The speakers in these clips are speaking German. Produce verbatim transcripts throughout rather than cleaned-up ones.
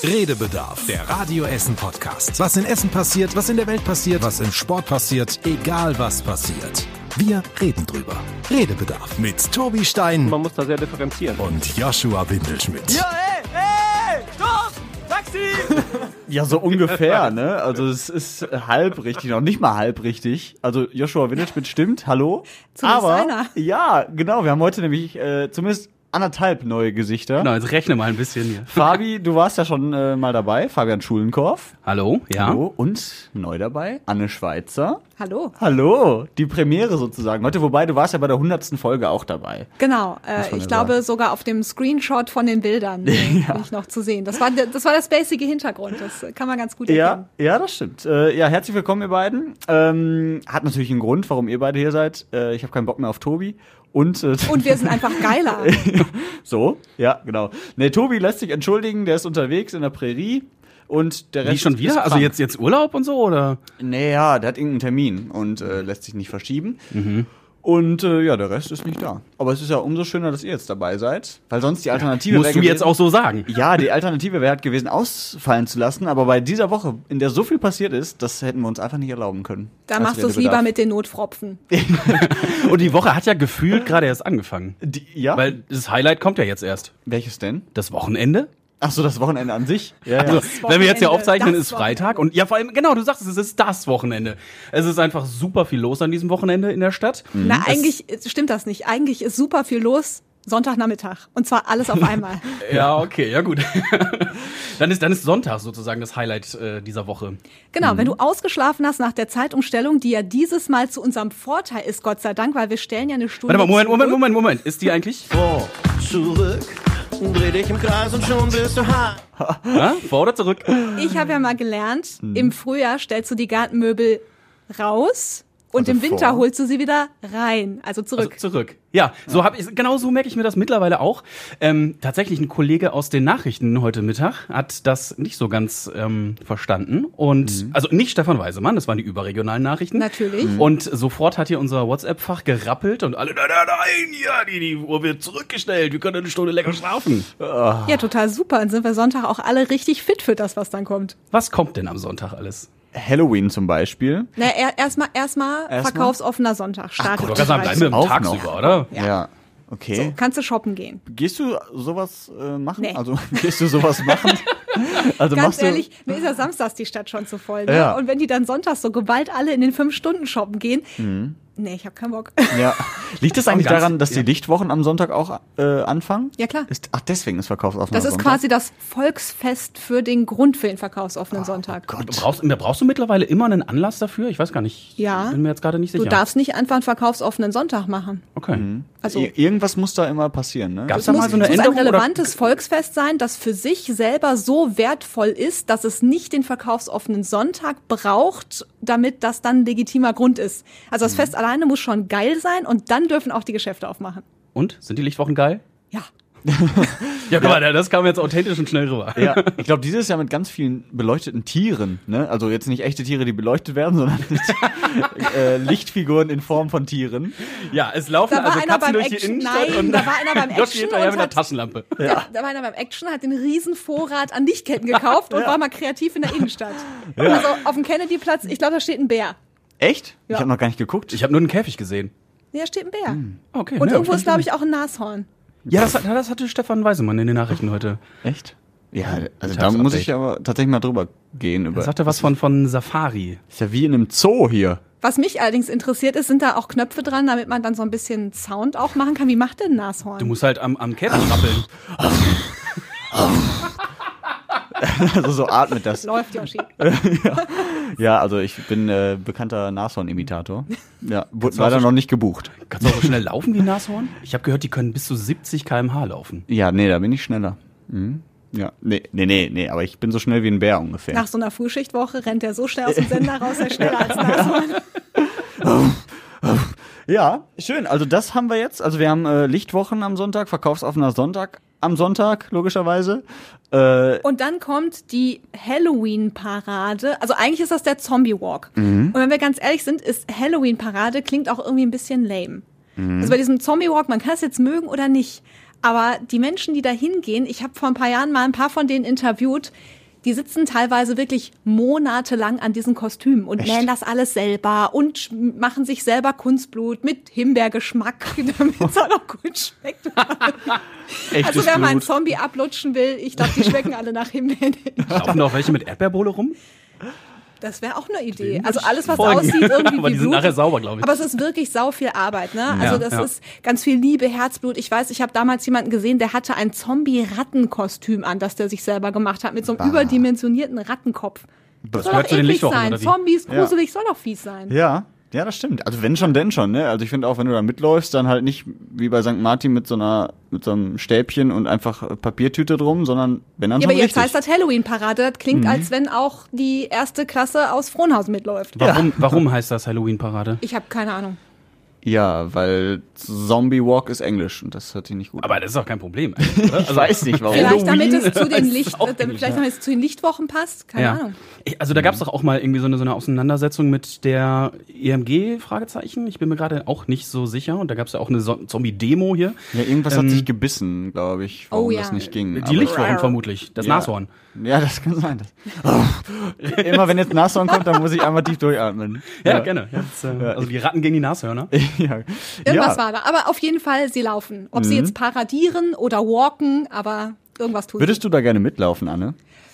Redebedarf, der Radio Essen Podcast. Was in Essen passiert, was in der Welt passiert, was im Sport passiert, egal was passiert. Wir reden drüber. Redebedarf mit Tobi Stein. Man muss da sehr differenzieren. Und Joshua Windelschmidt. Ja, ey, ey, stopp! Taxi! Ja, so ungefähr, ne? Also es ist halb richtig, noch nicht mal halb richtig. Also Joshua Windelschmidt stimmt, hallo. Zumindest Aber, einer. ja, genau, wir haben heute nämlich äh, zumindest anderthalb neue Gesichter. Genau, jetzt rechne mal ein bisschen hier. Fabi, du warst ja schon äh, mal dabei, Fabian Schulenkorf. Hallo, ja. Hallo. Und neu dabei, Anne Schweitzer. Hallo. Hallo, die Premiere sozusagen. Heute, wobei, du warst ja bei der hundertsten Folge auch dabei. Genau, Muss man äh, ich ja glaube sagen. sogar auf dem Screenshot von den Bildern äh, bin ich noch zu sehen. Das war, der- das war das basic Hintergrund, das kann man ganz gut erkennen. Ja, ja, das stimmt. Äh, ja, herzlich willkommen, ihr beiden. Ähm, hat natürlich einen Grund, warum ihr beide hier seid. Äh, ich habe keinen Bock mehr auf Tobi. Und, äh, Und wir sind einfach geiler. so, ja, genau. Nee, Tobi lässt sich entschuldigen, der ist unterwegs in der Prärie. Und der Rest Wie schon ist wieder? krank. Also jetzt, jetzt Urlaub und so, oder? Nee, ja, der hat irgendeinen Termin und äh, lässt sich nicht verschieben. Mhm. Und äh, ja, der Rest ist nicht da. Aber es ist ja umso schöner, dass ihr jetzt dabei seid. Weil sonst die Alternative Musst wäre du gewesen, jetzt auch so sagen. Ja, die Alternative wäre halt gewesen, ausfallen zu lassen. Aber bei dieser Woche, in der so viel passiert ist, das hätten wir uns einfach nicht erlauben können. Da Als machst du es Redebedarf. lieber mit den Notfropfen. Und die Woche hat ja gefühlt gerade erst angefangen. Die, ja? Weil das Highlight kommt ja jetzt erst. Welches denn? Das Wochenende. Ach so, das Wochenende an sich? Ja, Also, ja. wenn wir jetzt hier Wochenende, aufzeichnen, das ist Freitag. Und ja, vor allem, genau, du sagst es, es ist das Wochenende. Es ist einfach super viel los an diesem Wochenende in der Stadt. Na, eigentlich stimmt das nicht. Eigentlich ist super viel los Sonntagnachmittag. Und zwar alles auf einmal. Ja, okay, ja gut. dann ist dann ist Sonntag sozusagen das Highlight äh, dieser Woche. Genau, wenn du ausgeschlafen hast nach der Zeitumstellung, die ja dieses Mal zu unserem Vorteil ist, Gott sei Dank, weil wir stellen ja eine Stunde Warte mal, Moment, zurück. Moment, Moment, Moment. Ist die eigentlich Vor, zurück, dreh dich im Kreis und schon bist du hart. ja, vor oder zurück? Ich habe ja mal gelernt, Mhm. im Frühjahr stellst du die Gartenmöbel raus und Also im Winter vor? holst du sie wieder rein, also zurück. Also zurück. Ja, so habe ich genau so merke ich mir das mittlerweile auch. Ähm, tatsächlich ein Kollege aus den Nachrichten heute Mittag hat das nicht so ganz ähm, verstanden und also nicht Stefan Weisemann, das waren die überregionalen Nachrichten. Natürlich. Und sofort hat hier unser WhatsApp-Fach gerappelt und alle, nein, nein, nein, ja, die, die Uhr wird zurückgestellt, wir können eine Stunde länger schlafen. Ja, total super. Dann sind wir Sonntag auch alle richtig fit für das, was dann kommt. Was kommt denn am Sonntag alles? Halloween zum Beispiel. Na, er, erstmal erstmal Erstmal? verkaufsoffener Sonntag. Startet. Oder sagen, bleiben wir Auch tagsüber, noch. oder? Ja. Okay. So, kannst du shoppen gehen. Gehst du sowas äh, machen? Nee. Also gehst du sowas machen? Also Ganz machst ehrlich, mir ist ja samstags die Stadt schon zu voll. Ne? Ja. Und wenn die dann sonntags so geballt alle in den fünf Stunden shoppen gehen, Mhm. nee, ich habe keinen Bock. du? Ja. Liegt es eigentlich Ganz- daran, dass die ja. Lichtwochen am Sonntag auch äh, anfangen? Ja, klar. Ist, ach, deswegen ist verkaufsoffener Das ist Sonntag? quasi das Volksfest für den Grund für den verkaufsoffenen Sonntag. Gott. Brauchst, brauchst du mittlerweile immer einen Anlass dafür? Ich weiß gar nicht. Ja. Bin mir jetzt gerade nicht sicher. Du darfst nicht einfach einen verkaufsoffenen Sonntag machen. Okay. Also Ir- Irgendwas muss da immer passieren, ne? Gab's es da muss, mal so eine es muss ein Änderung? relevantes Volksfest sein, das für sich selber so wertvoll ist, dass es nicht den verkaufsoffenen Sonntag braucht, damit das dann ein legitimer Grund ist. Also das Fest alleine muss schon geil sein und dann dürfen auch die Geschäfte aufmachen. Und? Sind die Lichtwochen geil? Ja. Ja, guck mal, das kam jetzt authentisch und schnell rüber. Ja, ich glaube, dieses Jahr mit ganz vielen beleuchteten Tieren, ne? Also jetzt nicht echte Tiere, die beleuchtet werden, sondern mit äh, Lichtfiguren in Form von Tieren. Ja, es laufen Da war also einer Katzen beim durch die Action. Innenstadt Nein, und da war einer beim Josh Action steht daher und mit einer hat- Taschenlampe. Ja. Da war einer beim Action, hat den riesen Vorrat an Lichtketten gekauft und war mal kreativ in der Innenstadt. Also auf dem Kennedyplatz, ich glaube, da steht ein Bär. Echt? Ja. Ich habe noch gar nicht geguckt. Ich habe nur einen Käfig gesehen. Ja, da steht ein Bär. Okay. Und ne, irgendwo hab ist, glaube ich, auch ein Nashorn. Ja, das, hat- das hatte Stefan Weisemann in den Nachrichten heute. Echt? Ja, also da Tagsupdate. muss ich aber tatsächlich mal drüber gehen. Über, Er sagte was von, von Safari. ist ja wie in einem Zoo hier. Was mich allerdings interessiert ist, sind da auch Knöpfe dran, damit man dann so ein bisschen Sound auch machen kann. Wie macht denn ein Nashorn? Du musst halt am, am Käfig rappeln. Also so atmet das. Läuft, Yoshi. Ja, also ich bin äh, bekannter Nashorn-Imitator. Ja, wurde du auch leider so- noch nicht gebucht. Kannst du auch so schnell laufen wie ein Nashorn? Ich habe gehört, die können bis zu siebzig Kilometer pro Stunde laufen. Ja, nee, da bin ich schneller. Mhm. Ja, nee, nee, nee, nee, aber ich bin so schnell wie ein Bär ungefähr. Nach so einer Frühschichtwoche rennt er so schnell aus dem Sender raus, er schneller als ein Nashorn. Ja, schön. Also das haben wir jetzt. Also wir haben äh, Lichtwochen am Sonntag, verkaufsoffener Sonntag am Sonntag, logischerweise. Äh, Und dann kommt die Halloween-Parade. Also eigentlich ist das der Zombie-Walk. Und wenn wir ganz ehrlich sind, ist Halloween-Parade klingt auch irgendwie ein bisschen lame. Also bei diesem Zombie-Walk, man kann es jetzt mögen oder nicht, Aber die Menschen, die da hingehen, ich habe vor ein paar Jahren mal ein paar von denen interviewt, die sitzen teilweise wirklich monatelang an diesen Kostümen und Echt? nähen das alles selber und sch- machen sich selber Kunstblut mit Himbeergeschmack, damit es auch noch gut schmeckt. Echtes Also wer mal einen Blut. Zombie ablutschen will, ich glaube, die schmecken alle nach Himbeeren. Laufen da auch welche mit Erdbeerbohle rum? Das wäre auch eine Idee. Also alles, was Folgen. aussieht irgendwie Aber wie die sind Blut. nachher sauber, glaube ich. Aber es ist wirklich sau viel Arbeit, ne? Also Ja, das ja. ist ganz viel Liebe, Herzblut. Ich weiß, ich habe damals jemanden gesehen, der hatte ein Zombie-Rattenkostüm an, das der sich selber gemacht hat, mit so einem überdimensionierten Rattenkopf. Das soll gehört doch zu den eklig Lichtwochen, sein. oder wie? Zombies, Ja. gruselig, soll doch fies sein. Ja, ja, das stimmt. Also wenn schon, denn schon, ne? Also ich finde auch, wenn du da mitläufst, dann halt nicht wie bei Sankt Martin mit so einer, mit so einem Stäbchen und einfach äh, Papiertüte drum, sondern wenn dann Ja, schon aber jetzt richtig. heißt das Halloween-Parade. Das klingt, Mhm. als wenn auch die erste Klasse aus Frohnhausen mitläuft. Warum, warum heißt das Halloween-Parade? Ich habe keine Ahnung. Ja, weil Zombie Walk ist Englisch und das hört sich nicht gut Aber an. das ist doch kein Problem. eigentlich, oder? Ich weiß nicht, warum. Vielleicht damit Halloween es zu den ist Licht, auch damit, ähnlich, vielleicht ja. damit es zu den Lichtwochen passt. Keine Ja. Ahnung. Ich- Also da gab es doch auch mal irgendwie so eine, so eine Auseinandersetzung mit der E M G, Fragezeichen. Ich bin mir gerade auch nicht so sicher. Und da gab es ja auch eine so Zombie-Demo hier. Ja, irgendwas Ähm, hat sich gebissen, glaube ich, warum Oh ja. das nicht ging. Die Aber- Lichtwochen vermutlich, das Ja. Nashorn. Ja, das kann sein. Das. Immer wenn jetzt Nashorn kommt, dann muss ich einmal tief durchatmen. Ja, gerne. Jetzt, äh, Also die Ratten gegen die Nashörner. Ja. Irgendwas ja. war da. Aber auf jeden Fall, sie laufen. Ob Mhm. sie jetzt paradieren oder walken, aber irgendwas tun Würdest du da gerne mitlaufen, Anne?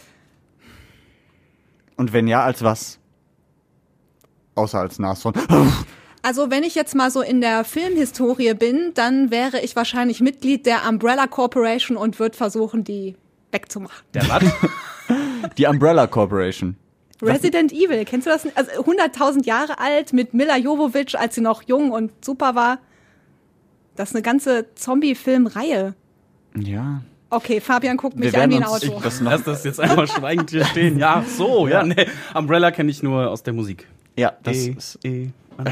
Und wenn ja, als was? Außer als Nashorn. Also wenn ich jetzt mal so in der Filmhistorie bin, dann wäre ich wahrscheinlich Mitglied der Umbrella Corporation und würde versuchen, die wegzumachen. Der was? Die Umbrella Corporation. Resident Evil, kennst du das? Also hunderttausend Jahre alt mit Mila Jovovich, als sie noch jung und super war. Das ist eine ganze Zombie-Film-Reihe. Ja. Okay, Fabian guckt mich Wir an wie werden ein uns Auto. das noch. Lass das jetzt einfach schweigend hier stehen. Ja, so, ja, nee. Umbrella kenne ich nur aus der Musik. Ja, das E, ist. E,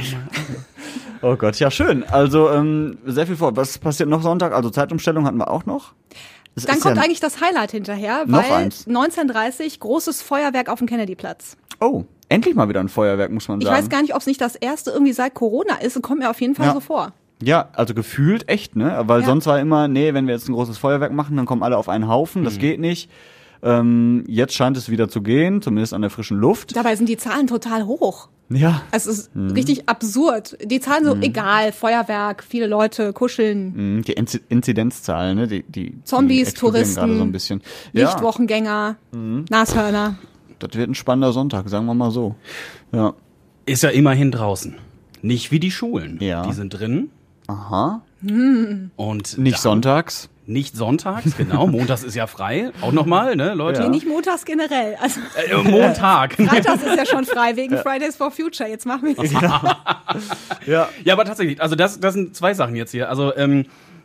Oh Gott, ja schön. Also ähm, sehr viel vor. Was passiert noch Sonntag? Also Zeitumstellung hatten wir auch noch. Es Dann ist kommt ja, eigentlich das Highlight hinterher, Noch weil eins. neunzehn Uhr dreißig großes Feuerwerk auf dem Kennedy-Platz. Oh, endlich mal wieder ein Feuerwerk, muss man Ich sagen. weiß gar nicht, ob es nicht das erste irgendwie seit Corona ist. Es kommt mir auf jeden Fall Ja. so vor. Ja, also gefühlt echt, ne? Weil Ja. sonst war immer, nee, wenn wir jetzt ein großes Feuerwerk machen, dann kommen alle auf einen Haufen. Das geht nicht. Ähm, jetzt scheint es wieder zu gehen, zumindest an der frischen Luft. Dabei sind die Zahlen total hoch. Ja. Also es ist Mhm. richtig absurd. Die Zahlen so, egal, Feuerwerk, viele Leute kuscheln, Mhm, Die Inzi- Inzidenzzahlen, ne? Die, die, Zombies, die explodieren Touristen, gerade so ein bisschen. Ja, Lichtwochengänger, Nashörner. das wird ein spannender Sonntag, sagen wir mal so. Ja. Ist ja immerhin draußen. Nicht wie die Schulen. Ja. Die sind drin. Aha. Und Nicht da- sonntags. Nicht sonntags, genau. Montags ist ja frei. Auch nochmal, ne, Leute? Ja. Nee, nicht montags generell. Also Äh, Montag. freitags ist ja schon frei wegen Fridays for Future. Jetzt machen wir Ja. Ja, aber tatsächlich, also das, das sind zwei Sachen jetzt hier. Also ähm,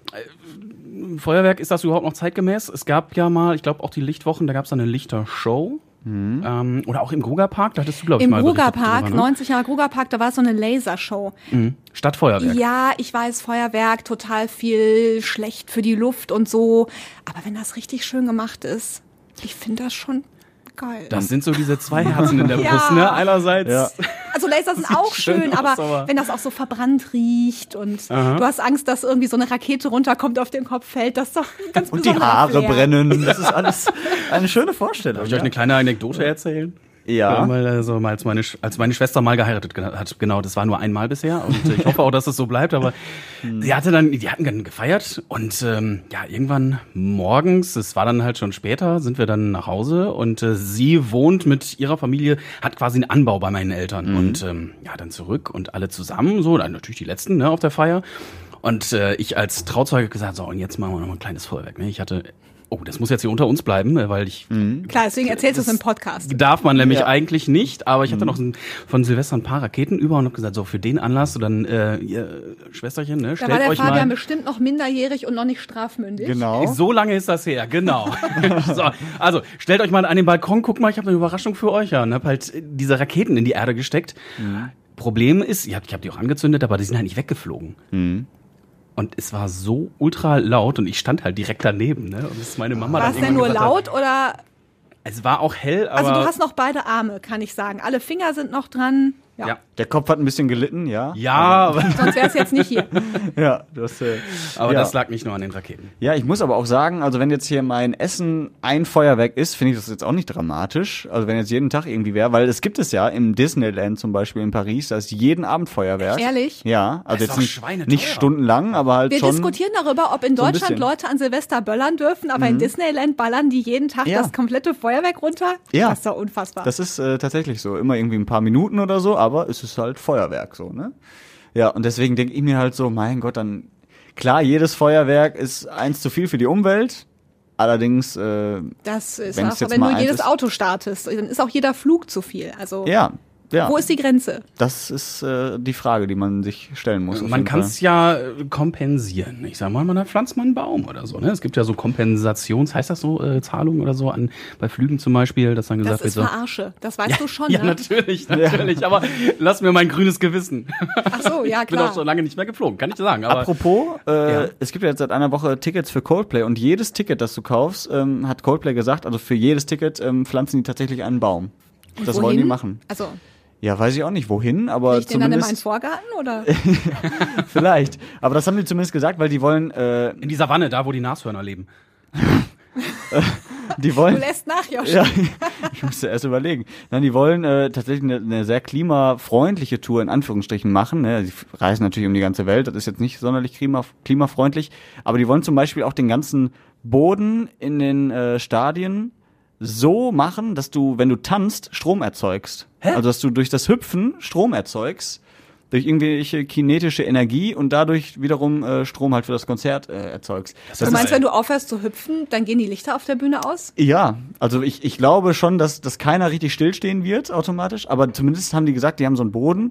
äh, Feuerwerk, ist das überhaupt noch zeitgemäß? Es gab ja mal, ich glaube auch die Lichtwochen, da gab es eine Lichtershow. Ähm, oder auch im Grugerpark, da hattest du, glaube ich, im mal berichtet Grugerpark, drüber, ne? neunzig Jahre Grugerpark, da war so eine Lasershow. Statt Feuerwerk. Ja, ich weiß, Feuerwerk, total viel schlecht für die Luft und so. Aber wenn das richtig schön gemacht ist, ich finde das schon geil. Das sind so diese zwei Herzen in der Ja. Brust, ne? Einerseits. Ja. Also Laser sind auch schön schön, aus, aber, aber- wenn das auch so verbrannt riecht und Aha. du hast Angst, dass irgendwie so eine Rakete runterkommt, auf den Kopf fällt, das ist doch ein ganz Und die besonderer Haare Flair. brennen. Das ist alles eine schöne Vorstellung. Darf ich euch eine kleine Anekdote erzählen? Ja. Weil, also, mal als, meine, Sch- als meine Schwester mal geheiratet ge- hat, genau, das war nur einmal bisher und äh, ich hoffe auch, dass es so bleibt, aber sie hatte dann, die hatten dann gefeiert und ähm, ja, irgendwann morgens, es war dann halt schon später, sind wir dann nach Hause und äh, sie wohnt mit ihrer Familie, hat quasi einen Anbau bei meinen Eltern und ähm, ja, dann zurück und alle zusammen, so, dann natürlich die Letzten, ne, auf der Feier und äh, ich als Trauzeuge gesagt, so, und jetzt machen wir noch mal ein kleines Feuerwerk, ne, ich hatte, oh, das muss jetzt hier unter uns bleiben, äh, weil ich Klar, deswegen erzählst du es im Podcast. darf man nämlich Ja. eigentlich nicht, aber ich hatte noch ein, von Silvester ein paar Raketen über und habe gesagt, so für den Anlass, so dann, äh, ihr Schwesterchen, ne, Da stellt war der euch Fabian mal. bestimmt noch minderjährig und noch nicht strafmündig. Genau. So lange ist das her, genau. so, also, stellt euch mal an den Balkon, guck mal, ich habe eine Überraschung für euch, ja, und hab halt diese Raketen in die Erde gesteckt. Problem ist, ich habe ich hab die auch angezündet, aber die sind halt nicht weggeflogen. Und es war so ultra laut und ich stand halt direkt daneben, ne? Und das ist meine Mama War dann es denn nur irgendwann gesagt hat, laut oder? Es war auch hell, aber Also du hast noch beide Arme, kann ich sagen. Alle Finger sind noch dran. Ja. Ja. Der Kopf hat ein bisschen gelitten, ja. Ja, aber, Sonst wäre es jetzt nicht hier. Ja, du hast, äh, aber ja. das lag nicht nur an den Raketen. Ja, ich muss aber auch sagen, also wenn jetzt hier mein Essen ein Feuerwerk ist, finde ich das jetzt auch nicht dramatisch. Also wenn jetzt jeden Tag irgendwie wäre, weil es gibt es ja im Disneyland zum Beispiel in Paris, da ist jeden Abend Feuerwerk. Ehrlich? Ja, also Das ist jetzt doch nicht, schweineteuer. nicht stundenlang, aber halt Wir schon. diskutieren darüber, ob in so ein Deutschland bisschen. Leute an Silvester böllern dürfen, aber in Disneyland ballern die jeden Tag Ja. das komplette Feuerwerk runter. Ja. Das ist doch unfassbar. Das ist äh, tatsächlich so. Immer irgendwie ein paar Minuten oder so, aber es ist halt Feuerwerk so, ne? Ja, und deswegen denke ich mir halt so, mein Gott, dann, klar, jedes Feuerwerk ist eins zu viel für die Umwelt. Allerdings, äh, Das ist Wenn's auch, jetzt wenn mal du eins jedes ist- Auto startest, dann ist auch jeder Flug zu viel. Also, ja, ja. wo ist die Grenze? Das ist äh, die Frage, die man sich stellen muss. auf Man jeden kann Fall. es ja äh, kompensieren. Ich sag mal, man pflanzt mal einen Baum oder so. Ne? Es gibt ja so Kompensations, heißt das so, äh, Zahlungen oder so, an bei Flügen zum Beispiel, dass dann gesagt Das ist wird so. Verarsche. Das weißt du schon, Ja, ne? natürlich, natürlich. Aber lass mir mein grünes Gewissen. Ach so, ja Ich bin auch klar. schon lange nicht mehr geflogen, kann ich dir sagen. Aber Apropos, äh, Ja. es gibt ja jetzt seit einer Woche Tickets für Coldplay und jedes Ticket, das du kaufst, ähm, hat Coldplay gesagt, also für jedes Ticket ähm, pflanzen die tatsächlich einen Baum. Das Wohin? wollen die machen. Also, Ja, weiß ich auch nicht wohin, aber ich den dann in meinen zumindest Vorgarten oder? vielleicht. Aber das haben die zumindest gesagt, weil die wollen, äh, in die Savanne, da wo die Nashörner leben. die Du wollen. lässt nach, Josh. Ja, ich musste erst überlegen. Nein, die wollen äh, tatsächlich eine, eine sehr klimafreundliche Tour in Anführungsstrichen machen. Ne? Sie reisen natürlich um die ganze Welt, das ist jetzt nicht sonderlich klima, klimafreundlich. Aber die wollen zum Beispiel auch den ganzen Boden in den äh, Stadien so machen, dass du, wenn du tanzt, Strom erzeugst. Hä? Also, dass du durch das Hüpfen Strom erzeugst, durch irgendwelche kinetische Energie und dadurch wiederum äh, Strom halt für das Konzert äh, erzeugst. Das Du meinst, wenn du aufhörst zu hüpfen, dann gehen die Lichter auf der Bühne aus? Ja, also ich, ich glaube schon, dass, dass keiner richtig stillstehen wird automatisch, aber zumindest haben die gesagt, die haben so einen Boden.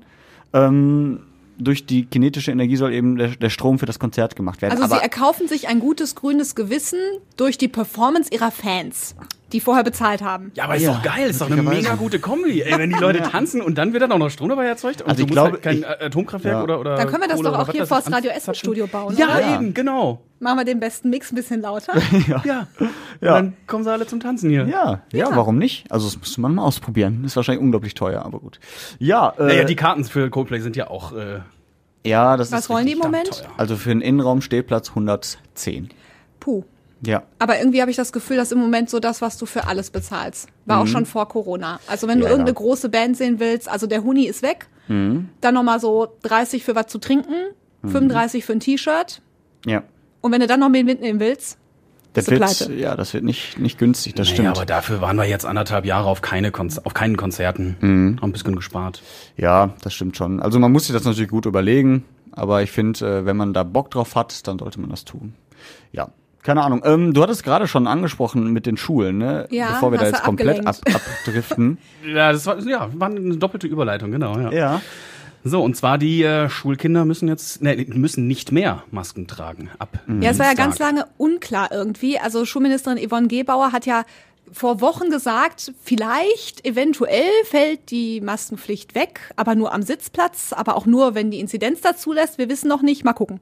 Ähm, durch die kinetische Energie soll eben der, der Strom für das Konzert gemacht werden. Also aber sie erkaufen sich ein gutes grünes Gewissen durch die Performance ihrer Fans, die vorher bezahlt haben. Ja, aber ist Ja, doch geil, ist doch eine möglicherweise. mega gute Kombi. Ey, wenn die Leute tanzen und dann wird dann auch noch Strom dabei erzeugt und Also du ich musst glaube, halt kein ich- äh, Atomkraftwerk ja. oder oder Dann können wir das Kohle doch oder auch was hier weiß vor ich, das Radio anzapfen. Essen Studio bauen. Ja, oder? eben, genau. Machen wir den besten Mix ein bisschen lauter. Ja. Und Ja. dann kommen sie alle zum Tanzen hier. ja, ja, warum nicht? Also das müsste man mal ausprobieren. Ist wahrscheinlich unglaublich teuer, aber gut. Ja, äh, Naja, die Karten für Coldplay sind ja auch äh, ja, das Was ist wollen die im richtig Moment? teuer. Also für einen Innenraum-Stehplatz hundertzehn. Puh. Ja. Aber irgendwie habe ich das Gefühl, dass im Moment so das, was du für alles bezahlst. War auch schon vor Corona. Also wenn du Ja, irgendeine ja. große Band sehen willst, also der Huni ist weg, dann nochmal so dreißig für was zu trinken, fünfunddreißig für ein T-Shirt. Ja. Und wenn du dann noch mit mitnehmen willst, Das bist du wird, pleite. ja, das wird nicht, nicht günstig, das Naja, stimmt. aber dafür waren wir jetzt anderthalb Jahre auf keine Konz auf keinen Konzerten. Mhm. Haben ein bisschen gespart. Ja, das stimmt schon. Also man muss sich das natürlich gut überlegen, aber ich finde, äh, wenn man da Bock drauf hat, dann sollte man das tun. Ja, keine Ahnung. Ähm, du hattest gerade schon angesprochen mit den Schulen, ne? Ja, Bevor wir da hast jetzt du komplett ab, abgelenkt. abdriften. Ja, das war ja war eine doppelte Überleitung, genau. Ja. Ja. So, und zwar die äh, Schulkinder müssen jetzt, ne, die müssen nicht mehr Masken tragen ab. Ja, es war ja Dienstag. ganz lange unklar irgendwie. Also Schulministerin Yvonne Gebauer hat ja vor Wochen gesagt, vielleicht, eventuell fällt die Maskenpflicht weg, aber nur am Sitzplatz, aber auch nur, wenn die Inzidenz dazu lässt. Wir wissen noch nicht, mal gucken.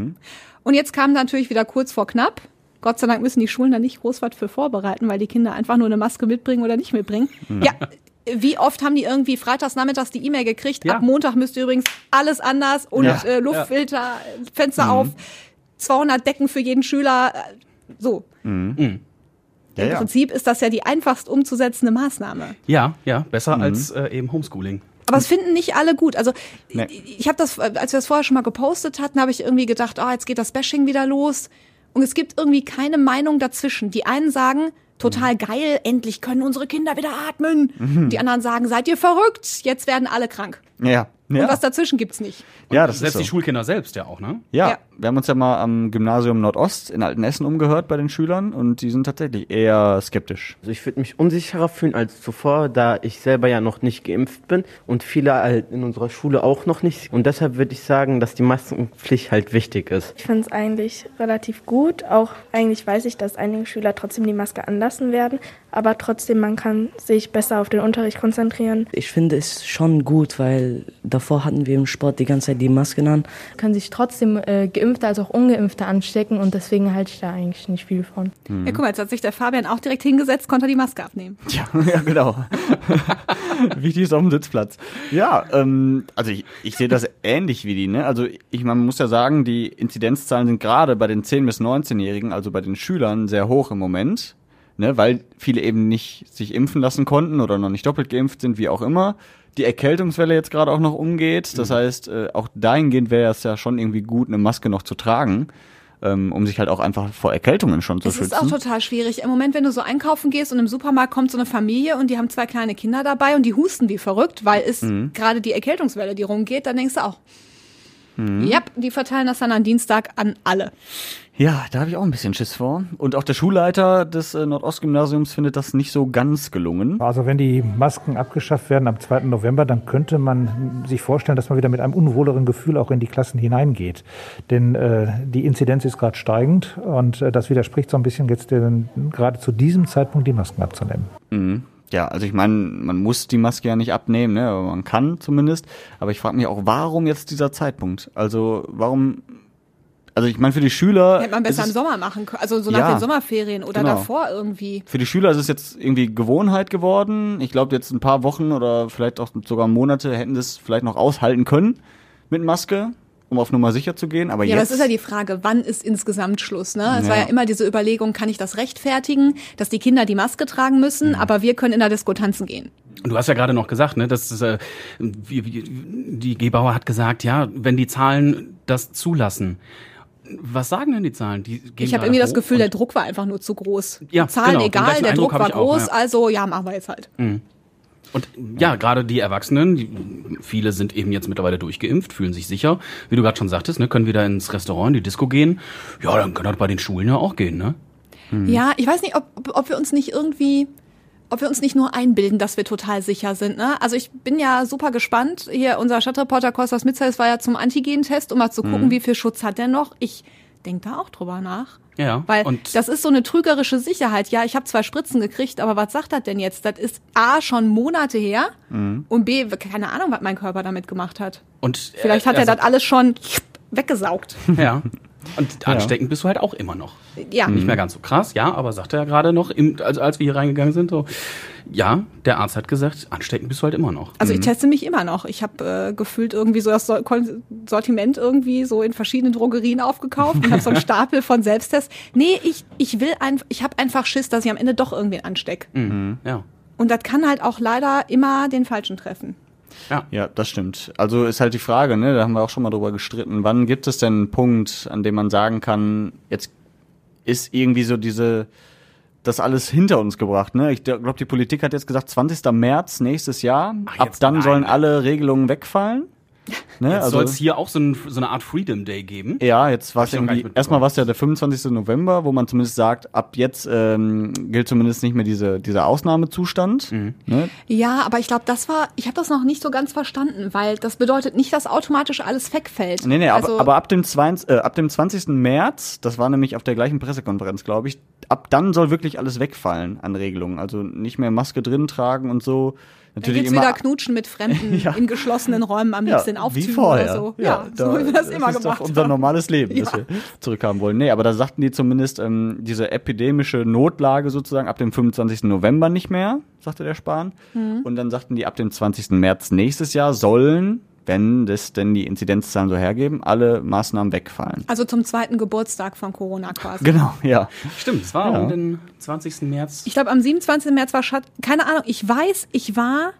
Und jetzt kam natürlich wieder kurz vor knapp. Gott sei Dank müssen die Schulen da nicht groß was für vorbereiten, weil die Kinder einfach nur eine Maske mitbringen oder nicht mitbringen. Ja, wie oft haben die irgendwie freitags nachmittags die E-Mail gekriegt? Ja. Ab Montag müsst ihr übrigens alles anders und Ja. äh, Luftfilter, Fenster auf, zweihundert Decken für jeden Schüler. äh, So. Ja, Im ja. Prinzip ist das ja die einfachst umzusetzende Maßnahme. Ja, ja, besser als äh, eben Homeschooling. Aber es finden nicht alle gut. Also Nee. ich habe das, als wir das vorher schon mal gepostet hatten, habe ich irgendwie gedacht, ah, jetzt geht das Bashing wieder los. Und es gibt irgendwie keine Meinung dazwischen. Die einen sagen, total geil, endlich können unsere Kinder wieder atmen. Die anderen sagen, seid ihr verrückt? Jetzt werden alle krank. Ja. Und Ja. was dazwischen gibt's nicht. Ja, das ist Selbst so. die Schulkinder selbst ja auch, ne? Ja, Ja. wir haben uns ja mal am Gymnasium Nordost in Altenessen umgehört bei den Schülern und die sind tatsächlich eher skeptisch. Also ich würde mich unsicherer fühlen als zuvor, da ich selber ja noch nicht geimpft bin und viele halt in unserer Schule auch noch nicht. Und deshalb würde ich sagen, dass die Maskenpflicht halt wichtig ist. Ich finde es eigentlich relativ gut. Auch eigentlich weiß ich, dass einige Schüler trotzdem die Maske anlassen werden. Aber trotzdem, man kann sich besser auf den Unterricht konzentrieren. Ich finde es schon gut, weil davor hatten wir im Sport die ganze Zeit die Masken an. Können sich trotzdem äh, geimpft Geimpfte als auch Ungeimpfte anstecken und deswegen halte ich da eigentlich nicht viel von. Mhm. Ja, guck mal, jetzt hat sich der Fabian auch direkt hingesetzt, konnte die Maske abnehmen. Ja, ja genau. Wichtig ist auf dem Sitzplatz. Ja, ähm, also ich, ich sehe das ähnlich wie die, ne? Also ich man muss ja sagen, die Inzidenzzahlen sind gerade bei den zehn- bis neunzehnjährigen, also bei den Schülern, sehr hoch im Moment, ne? Weil viele eben nicht sich impfen lassen konnten oder noch nicht doppelt geimpft sind, wie auch immer. Die Erkältungswelle jetzt gerade auch noch umgeht. Das mhm. heißt, äh, auch dahingehend wäre es ja schon irgendwie gut, eine Maske noch zu tragen, ähm, um sich halt auch einfach vor Erkältungen schon zu es schützen. Es ist auch total schwierig. Im Moment, wenn du so einkaufen gehst und im Supermarkt kommt so eine Familie und die haben zwei kleine Kinder dabei und die husten wie verrückt, weil es mhm. gerade die Erkältungswelle, die rumgeht, dann denkst du auch, mhm. ja, die verteilen das dann am Dienstag an alle. Ja, da habe ich auch ein bisschen Schiss vor. Und auch der Schulleiter des äh, Nordostgymnasiums findet das nicht so ganz gelungen. Also wenn die Masken abgeschafft werden am zweiten November, dann könnte man sich vorstellen, dass man wieder mit einem unwohleren Gefühl auch in die Klassen hineingeht. Denn äh, die Inzidenz ist gerade steigend und äh, das widerspricht so ein bisschen jetzt den, gerade zu diesem Zeitpunkt die Masken abzunehmen. Mhm. Ja, also ich meine, man muss die Maske ja nicht abnehmen, ne? Aber man kann zumindest. Aber ich frage mich auch, warum jetzt dieser Zeitpunkt? Also warum... Also ich meine, für die Schüler... Hätte man besser im Sommer machen können, also so nach ja, den Sommerferien oder genau. davor irgendwie. Für die Schüler ist es jetzt irgendwie Gewohnheit geworden. Ich glaube, jetzt ein paar Wochen oder vielleicht auch sogar Monate hätten das vielleicht noch aushalten können mit Maske, um auf Nummer sicher zu gehen. Aber ja, jetzt... das ist ja die Frage, wann ist insgesamt Schluss? Ne? Es ja. war ja immer diese Überlegung, kann ich das rechtfertigen, dass die Kinder die Maske tragen müssen, mhm. aber wir können in der Disco tanzen gehen. Du hast ja gerade noch gesagt, ne, dass äh, wie, wie, die Gebauer hat gesagt, ja, wenn die Zahlen das zulassen. Was sagen denn die Zahlen? Die gehen ich habe irgendwie das Gefühl, der Druck war einfach nur zu groß. Ja, die Zahlen genau, egal, der Druck war groß, auch, ja. also ja, machen wir jetzt halt. Mhm. Und ja, gerade die Erwachsenen, die, viele sind eben jetzt mittlerweile durchgeimpft, fühlen sich sicher. Wie du gerade schon sagtest, ne, können wieder ins Restaurant, in die Disco gehen. Ja, dann kann das bei den Schulen ja auch gehen, ne? Mhm. Ja, ich weiß nicht, ob, ob wir uns nicht irgendwie... ob wir uns nicht nur einbilden, dass wir total sicher sind. Ne? Also ich bin ja super gespannt. Hier, unser Stadtreporter Kostas Mitzels war ja zum Antigen-Test, um mal zu gucken, mhm. wie viel Schutz hat der noch. Ich denke da auch drüber nach. Ja. Weil und das ist so eine trügerische Sicherheit. Ja, ich habe zwei Spritzen gekriegt, aber was sagt das denn jetzt? Das ist A, schon Monate her mhm. und B, keine Ahnung, was mein Körper damit gemacht hat. Und Vielleicht hat er also, das alles schon weggesaugt. Ja. Und ansteckend ja. bist du halt auch immer noch. Ja. Nicht mehr ganz so krass, ja, aber sagte er gerade noch, im, also als wir hier reingegangen sind, so, ja, der Arzt hat gesagt, ansteckend bist du halt immer noch. Also mhm. ich teste mich immer noch. Ich habe äh, gefühlt irgendwie so das Sortiment irgendwie so in verschiedenen Drogerien aufgekauft und habe so einen Stapel von Selbsttests. Nee, ich ich will einfach, ich habe einfach Schiss, dass ich am Ende doch irgendwen anstecke. Mhm. Ja. Und das kann halt auch leider immer den Falschen treffen. Ja. ja, das stimmt. Also ist halt die Frage, ne, da haben wir auch schon mal drüber gestritten, wann gibt es denn einen Punkt, an dem man sagen kann, jetzt ist irgendwie so diese, das alles hinter uns gebracht, ne? Ich glaube, die Politik hat jetzt gesagt, zwanzigsten März nächstes Jahr, Ach, ab dann nein. sollen alle Regelungen wegfallen. Ne? Jetzt also, soll es hier auch so, ein, so eine Art Freedom Day geben. Ja, jetzt war es irgendwie, erstmal war es ja der fünfundzwanzigsten November, wo man zumindest sagt, ab jetzt ähm, gilt zumindest nicht mehr diese, dieser Ausnahmezustand. Mhm. Ne? Ja, aber ich glaube, das war, ich habe das noch nicht so ganz verstanden, weil das bedeutet nicht, dass automatisch alles wegfällt. Nee, nee, also, aber, aber ab dem zwanzigsten Äh, ab dem zwanzigsten März, das war nämlich auf der gleichen Pressekonferenz, glaube ich, ab dann soll wirklich alles wegfallen an Regelungen. Also nicht mehr Maske drin tragen und so. Natürlich jetzt wieder knutschen mit Fremden ja. in geschlossenen Räumen, am liebsten ja, in Aufzügen oder so. Ja, ja so wie wir das, das immer gemacht haben. Das ist doch unser normales Leben, ja. das wir zurückhaben wollen. Nee, aber da sagten die zumindest, ähm, diese epidemische Notlage sozusagen ab dem fünfundzwanzigsten November nicht mehr, sagte der Spahn. Mhm. Und dann sagten die, ab dem zwanzigsten März nächstes Jahr sollen, wenn das denn die Inzidenzzahlen so hergeben, alle Maßnahmen wegfallen. Also zum zweiten Geburtstag von Corona quasi. Genau, ja. Stimmt, es war ja. um den zwanzigsten März. Ich glaube, am siebenundzwanzigsten März war Schat... Keine Ahnung, ich weiß, ich war...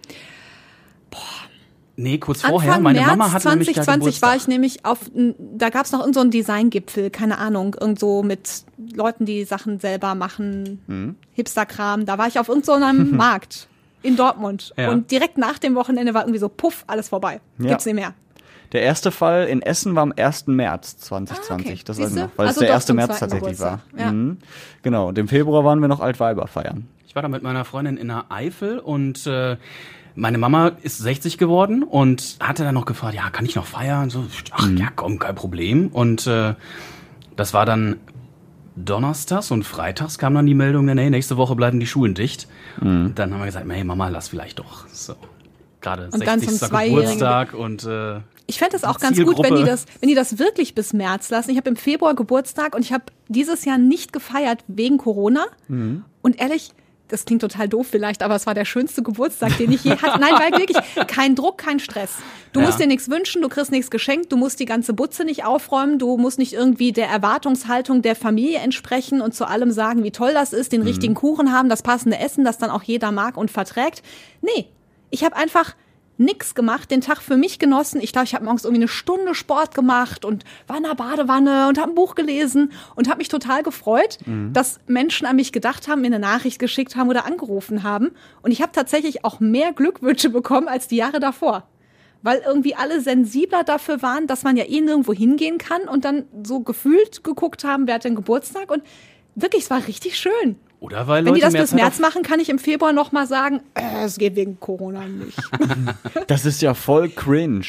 Boah. Nee, kurz vorher. Anfang Meine März Mama hatte zwanzig zwanzig nämlich war ich nämlich auf... Da gab es noch irgend so einen Designgipfel, keine Ahnung, irgend so mit Leuten, die Sachen selber machen, mhm. Hipsterkram. Da war ich auf irgend so einem Markt. In Dortmund. Ja. Und direkt nach dem Wochenende war irgendwie so, puff, alles vorbei. Ja. Gibt's nicht mehr. Der erste Fall in Essen war am ersten März zwanzig zwanzig. Ah, okay. Das weiß ich noch, weil also es der erste März tatsächlich Geburtstag. war. Ja. Mhm. Genau. Und im Februar waren wir noch Altweiber feiern. Ich war da mit meiner Freundin in der Eifel und äh, meine Mama ist sechzig geworden und hatte dann noch gefragt, ja, kann ich noch feiern? So, ach mhm. ja, komm, kein Problem. Und äh, das war dann donnerstags und freitags kam dann die Meldung, nee, nächste Woche bleiben die Schulen dicht. Mhm. Und dann haben wir gesagt, hey Mama, lass vielleicht doch. So. gerade Und dann zum sechzigsten Zweijährigen. Geburtstag und äh, Ich fände es auch Die ganz gut, wenn Zielgruppe. die das, wenn die das wirklich bis März lassen. Ich habe im Februar Geburtstag und ich habe dieses Jahr nicht gefeiert wegen Corona. Mhm. Und ehrlich, das klingt total doof vielleicht, aber es war der schönste Geburtstag, den ich je hatte. Nein, weil wirklich kein Druck, kein Stress. Du Ja. musst dir nichts wünschen, du kriegst nichts geschenkt, du musst die ganze Butze nicht aufräumen, du musst nicht irgendwie der Erwartungshaltung der Familie entsprechen und zu allem sagen, wie toll das ist, den richtigen Kuchen haben, das passende Essen, das dann auch jeder mag und verträgt. Nee, ich habe einfach nix gemacht, den Tag für mich genossen. Ich glaube, ich habe morgens irgendwie eine Stunde Sport gemacht und war in der Badewanne und habe ein Buch gelesen und habe mich total gefreut, mhm. dass Menschen an mich gedacht haben, mir eine Nachricht geschickt haben oder angerufen haben. Und ich habe tatsächlich auch mehr Glückwünsche bekommen als die Jahre davor. Weil irgendwie alle sensibler dafür waren, dass man ja eh nirgendwo hingehen kann und dann so gefühlt geguckt haben, wer hat denn Geburtstag. Und wirklich, es war richtig schön. oder weil Wenn die Leute das mehr bis Zeit März auf- machen, kann ich im Februar noch mal sagen, äh, es geht wegen Corona nicht. Das ist ja voll cringe.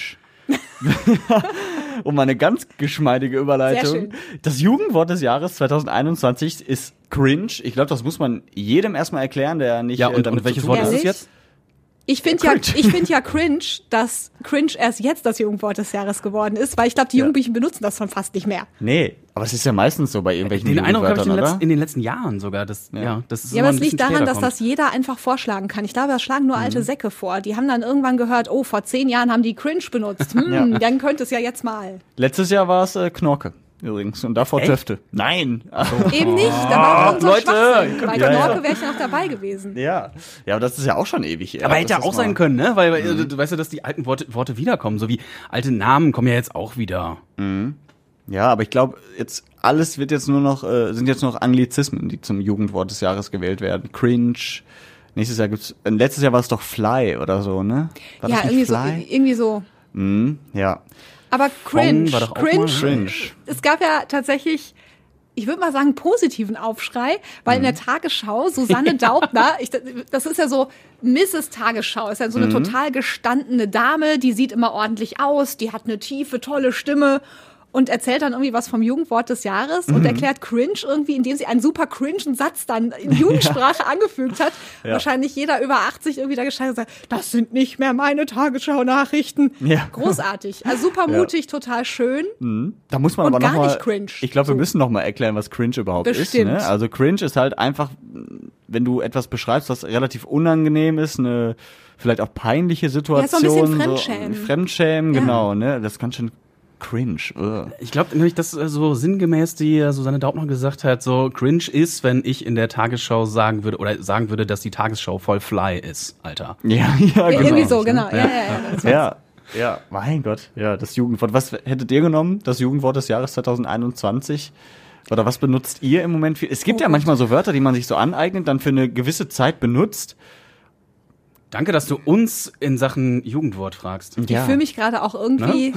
Um mal eine ganz geschmeidige Sehr Überleitung. schön. Das Jugendwort des Jahres zwanzig einundzwanzig ist cringe. Ich glaube, das muss man jedem erstmal erklären, der nicht Ja, äh, und, damit und welches zu tun Wort ist hat. es jetzt? Ich finde ja, ich finde ja cringe, dass cringe erst jetzt das Jugendwort des Jahres geworden ist, weil ich glaube, die Ja. Jugendlichen benutzen das schon fast nicht mehr. Nee, aber es ist ja meistens so bei irgendwelchen Den Eindruck habe ich in, Jugendwörtern, den oder? letzten, in den letzten Jahren sogar. Das, ja. Ja. das ist Ja, immer aber es ein liegt bisschen daran, später dass kommt. das jeder einfach vorschlagen kann. Ich glaube, das schlagen nur alte Säcke vor. Die haben dann irgendwann gehört, oh, vor zehn Jahren haben die cringe benutzt. Hm, Ja. dann könnte es ja jetzt mal. Letztes Jahr war es äh, Knorke übrigens und davor Töfte. Nein. Also, Eben nicht, da war auch so Leute, Schwachsinn. Bei ja, ja. Knorke wäre ich ja noch dabei gewesen. ja. Ja, aber das ist ja auch schon ewig her. Aber hätte ja Das auch ist sein mal- können, ne? Weil, weil du, du weißt ja, dass die alten Worte, Worte wiederkommen. So wie alte Namen kommen ja jetzt auch wieder. Ja, aber ich glaube, jetzt alles wird jetzt nur noch, äh, sind jetzt nur noch Anglizismen, die zum Jugendwort des Jahres gewählt werden. Cringe. Nächstes Jahr gibt's, äh, letztes Jahr war es doch Fly oder so, ne? War Ja, das irgendwie nicht so, Fly? irgendwie so. Mhm, ja. Aber cringe, war doch auch cringe, mal- Cringe. es gab ja tatsächlich, ich würde mal sagen, positiven Aufschrei, weil in der Mhm. Tagesschau Susanne Daubner, ich, das ist ja so Misses Tagesschau, ist ja so eine Mhm. total gestandene Dame, die sieht immer ordentlich aus, die hat eine tiefe, tolle Stimme und erzählt dann irgendwie was vom Jugendwort des Jahres Mhm. und erklärt cringe irgendwie, indem sie einen super cringen Satz dann in Jugendsprache angefügt hat. Ja. Wahrscheinlich jeder über achtzig irgendwie da gescheit und sagt, das sind nicht mehr meine Tagesschau-Nachrichten. Ja. Großartig. Also super mutig, total schön. Da muss man Und aber gar noch mal, nicht cringe. Ich glaube, wir So. müssen noch mal erklären, was cringe überhaupt Bestimmt. ist. Ne? Also cringe ist halt einfach, wenn du etwas beschreibst, was relativ unangenehm ist, eine vielleicht auch peinliche Situation. Ja, so ein bisschen Fremdschämen. So, Fremdschämen, Ja. genau. Ne? Das kann schon cringe. Ugh. Ich glaube nämlich, dass äh, so sinngemäß die äh, Susanne Daubner gesagt hat, so cringe ist, wenn ich in der Tagesschau sagen würde oder sagen würde, dass die Tagesschau voll Fly ist, Alter. Ja, ja, Ja, genau. irgendwie so, genau. Ja, ja, ja. Das war's. Ja, ja, mein Gott, ja, das Jugendwort. Was hättet ihr genommen, das Jugendwort des Jahres zwanzig einundzwanzig? Oder was benutzt ihr im Moment? Für? Es gibt Oh ja Gott. manchmal so Wörter, die man sich so aneignet, dann für eine gewisse Zeit benutzt. Danke, dass du uns in Sachen Jugendwort fragst. Ich fühle mich gerade auch irgendwie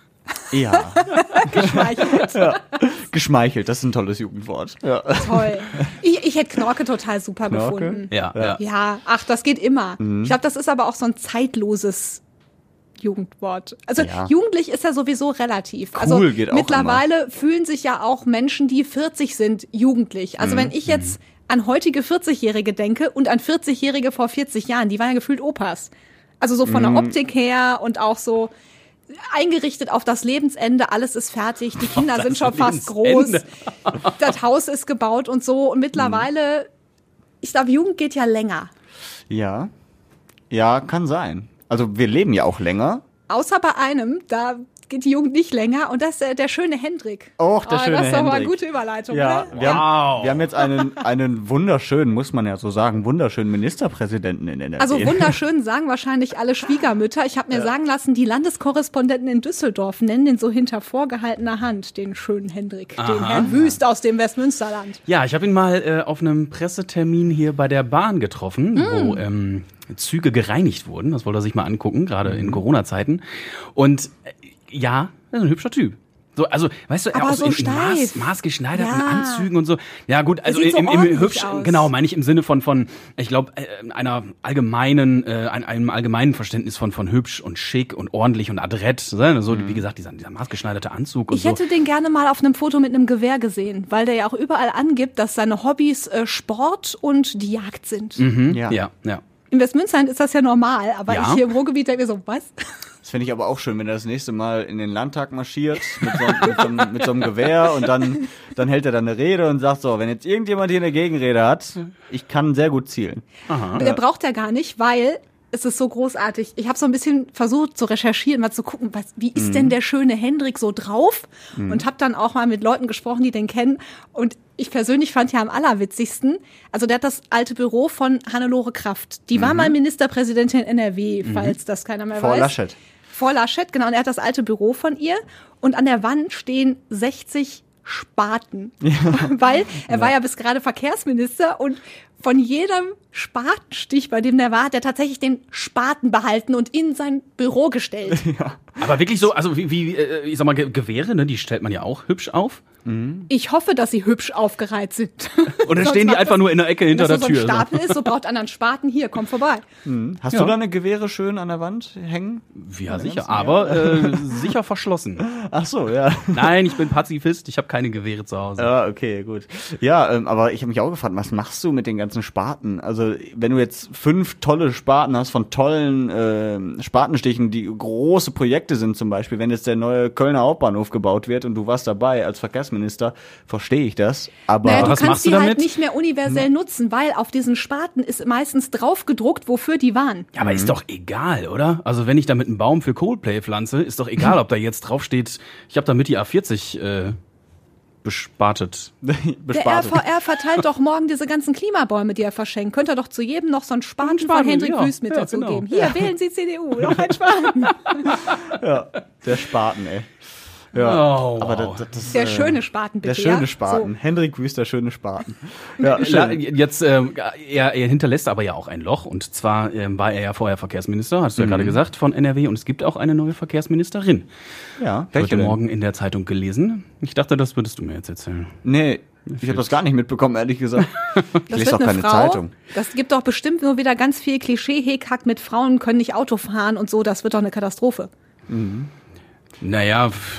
Ja, geschmeichelt. geschmeichelt, das ist ein tolles Jugendwort. Ja. Toll. Ich, ich hätte Knorke total super Knorke? gefunden. Ja, ja. Ja, ach, das geht immer. Mhm. Ich glaube, das ist aber auch so ein zeitloses Jugendwort. Also Ja. jugendlich ist ja sowieso relativ. Cool also geht auch mittlerweile fühlen sich ja auch Menschen, die vierzig sind, jugendlich. Mhm. Also wenn ich jetzt an heutige vierzig-Jährige denke und an vierzig-Jährige vor vierzig Jahren, die waren ja gefühlt Opas. Also so von Mhm. der Optik her und auch so eingerichtet auf das Lebensende, alles ist fertig, die Kinder sind schon fast groß, Lebensende. das Haus ist gebaut und so. Und mittlerweile, ich glaube, Jugend geht ja länger. Ja, ja, kann sein. Also wir leben ja auch länger. Außer bei einem, da geht die Jugend nicht länger und das ist äh, der schöne Hendrik. Och, der oh, schöne Das ist doch mal eine Hendrik. gute Überleitung, Ja, oder? wir, Wow. haben, wir haben jetzt einen, einen wunderschönen, muss man ja so sagen, wunderschönen Ministerpräsidenten in N R W. Also wunderschön sagen wahrscheinlich alle Schwiegermütter. Ich habe mir sagen lassen, die Landeskorrespondenten in Düsseldorf nennen den so hinter vorgehaltener Hand, den schönen Hendrik, den Aha. Herrn Wüst aus dem Westmünsterland. Ja, ich habe ihn mal äh, auf einem Pressetermin hier bei der Bahn getroffen, wo ähm, Züge gereinigt wurden. Das wollte er sich mal angucken, gerade in Corona-Zeiten. Und äh, ja, er ist ein hübscher Typ. So, also, weißt du, er Aber auch so in, in Maß, steif. maßgeschneiderten Ja. Anzügen und so. Ja, gut, also sieht so im, im ordentlich hübsch, aus. genau, meine ich im Sinne von, von, ich glaube, äh, einer allgemeinen, äh, ein- einem allgemeinen Verständnis von, von hübsch und schick und ordentlich und adrett. Ne? So, wie gesagt, dieser, dieser maßgeschneiderte Anzug und Ich so. hätte den gerne mal auf einem Foto mit einem Gewehr gesehen, weil der ja auch überall angibt, dass seine Hobbys äh, Sport und die Jagd sind. Mhm, Ja. ja, ja. In Westmünster ist das ja normal, aber Ja. ich hier im Ruhrgebiet denke mir so, was? Das finde ich aber auch schön, wenn er das nächste Mal in den Landtag marschiert mit so, mit so, einem- mit so einem Gewehr und dann, dann hält er dann eine Rede und sagt so, wenn jetzt irgendjemand hier eine Gegenrede hat, ich kann sehr gut zielen. Der braucht er gar nicht, weil es ist so großartig. Ich habe so ein bisschen versucht zu recherchieren, mal zu gucken, was, wie ist denn der schöne Hendrik so drauf? Und habe dann auch mal mit Leuten gesprochen, die den kennen. Und ich persönlich fand ja am allerwitzigsten, also der hat das alte Büro von Hannelore Kraft. Die war mal Ministerpräsidentin in N R W, falls das keiner mehr Vor weiß. Laschet. Vor Laschet, genau. Und er hat das alte Büro von ihr. Und an der Wand stehen sechzig Spaten. Weil er war ja bis gerade Verkehrsminister und von jedem Spatenstich, bei dem der war, hat er tatsächlich den Spaten behalten und in sein Büro gestellt. Aber wirklich so, also wie, wie äh, ich sag mal, Ge- Gewehre, ne, die stellt man ja auch hübsch auf. Ich hoffe, dass sie hübsch aufgereiht sind. Und dann Sonst stehen die macht einfach das- nur in der Ecke hinter Dass der so Tür. ein Stapel ist, so braucht anderen Spaten, hier, komm vorbei. Hast Ja. du deine Gewehre schön an der Wand hängen? So. Ja, sicher, aber äh, sicher verschlossen. Ach so, ja. Nein, ich bin Pazifist, ich habe keine Gewehre zu Hause. Ja, okay, gut. Ja, ähm, aber ich habe mich auch gefragt, was machst du mit den ganzen Spaten? Also, wenn du jetzt fünf tolle Spaten hast von tollen ähm, Spatenstichen, die große Projekte sind zum Beispiel, wenn jetzt der neue Kölner Hauptbahnhof gebaut wird und du warst dabei als Verkehrsminister, verstehe ich das. Aber Naja, du was kannst machst du die halt damit? nicht mehr universell nutzen, weil auf diesen Spaten ist meistens drauf gedruckt, wofür die waren. Ja, aber ist doch egal, oder? Also wenn ich da mit einem Baum für Coldplay pflanze, ist doch egal, ob da jetzt drauf steht, ich habe damit die A vierzig äh, bespartet. Der bespartet. R V R verteilt doch morgen diese ganzen Klimabäume, die er verschenkt. Könnt ihr doch zu jedem noch so einen Spaten von Spaten, Hendrik ja. Wüst mit Ja, dazu genau. geben. Hier, wählen Sie C D U, noch ein Spaten. Der Spaten, ey. Ja, Oh. aber das, das Der äh, schöne Spaten, bitte, Der schöne ja? Spaten. Hendrik Wüst, der schöne Spaten. Ja, Ja, schön. jetzt, ähm, er, er hinterlässt aber ja auch ein Loch. Und zwar ähm, war er ja vorher Verkehrsminister, hast du ja gerade gesagt, von N R W. Und es gibt auch eine neue Verkehrsministerin. Ja, Ich heute denn? Morgen in der Zeitung gelesen. Ich dachte, das würdest du mir jetzt erzählen. Nee, ich habe das gar nicht mitbekommen, ehrlich gesagt. Ich Das lese wird doch eine keine Frau. Zeitung. Das gibt doch bestimmt nur wieder ganz viel Klischee-Hickhack mit Frauen können nicht Auto fahren und so. Das wird doch eine Katastrophe. Naja, pff,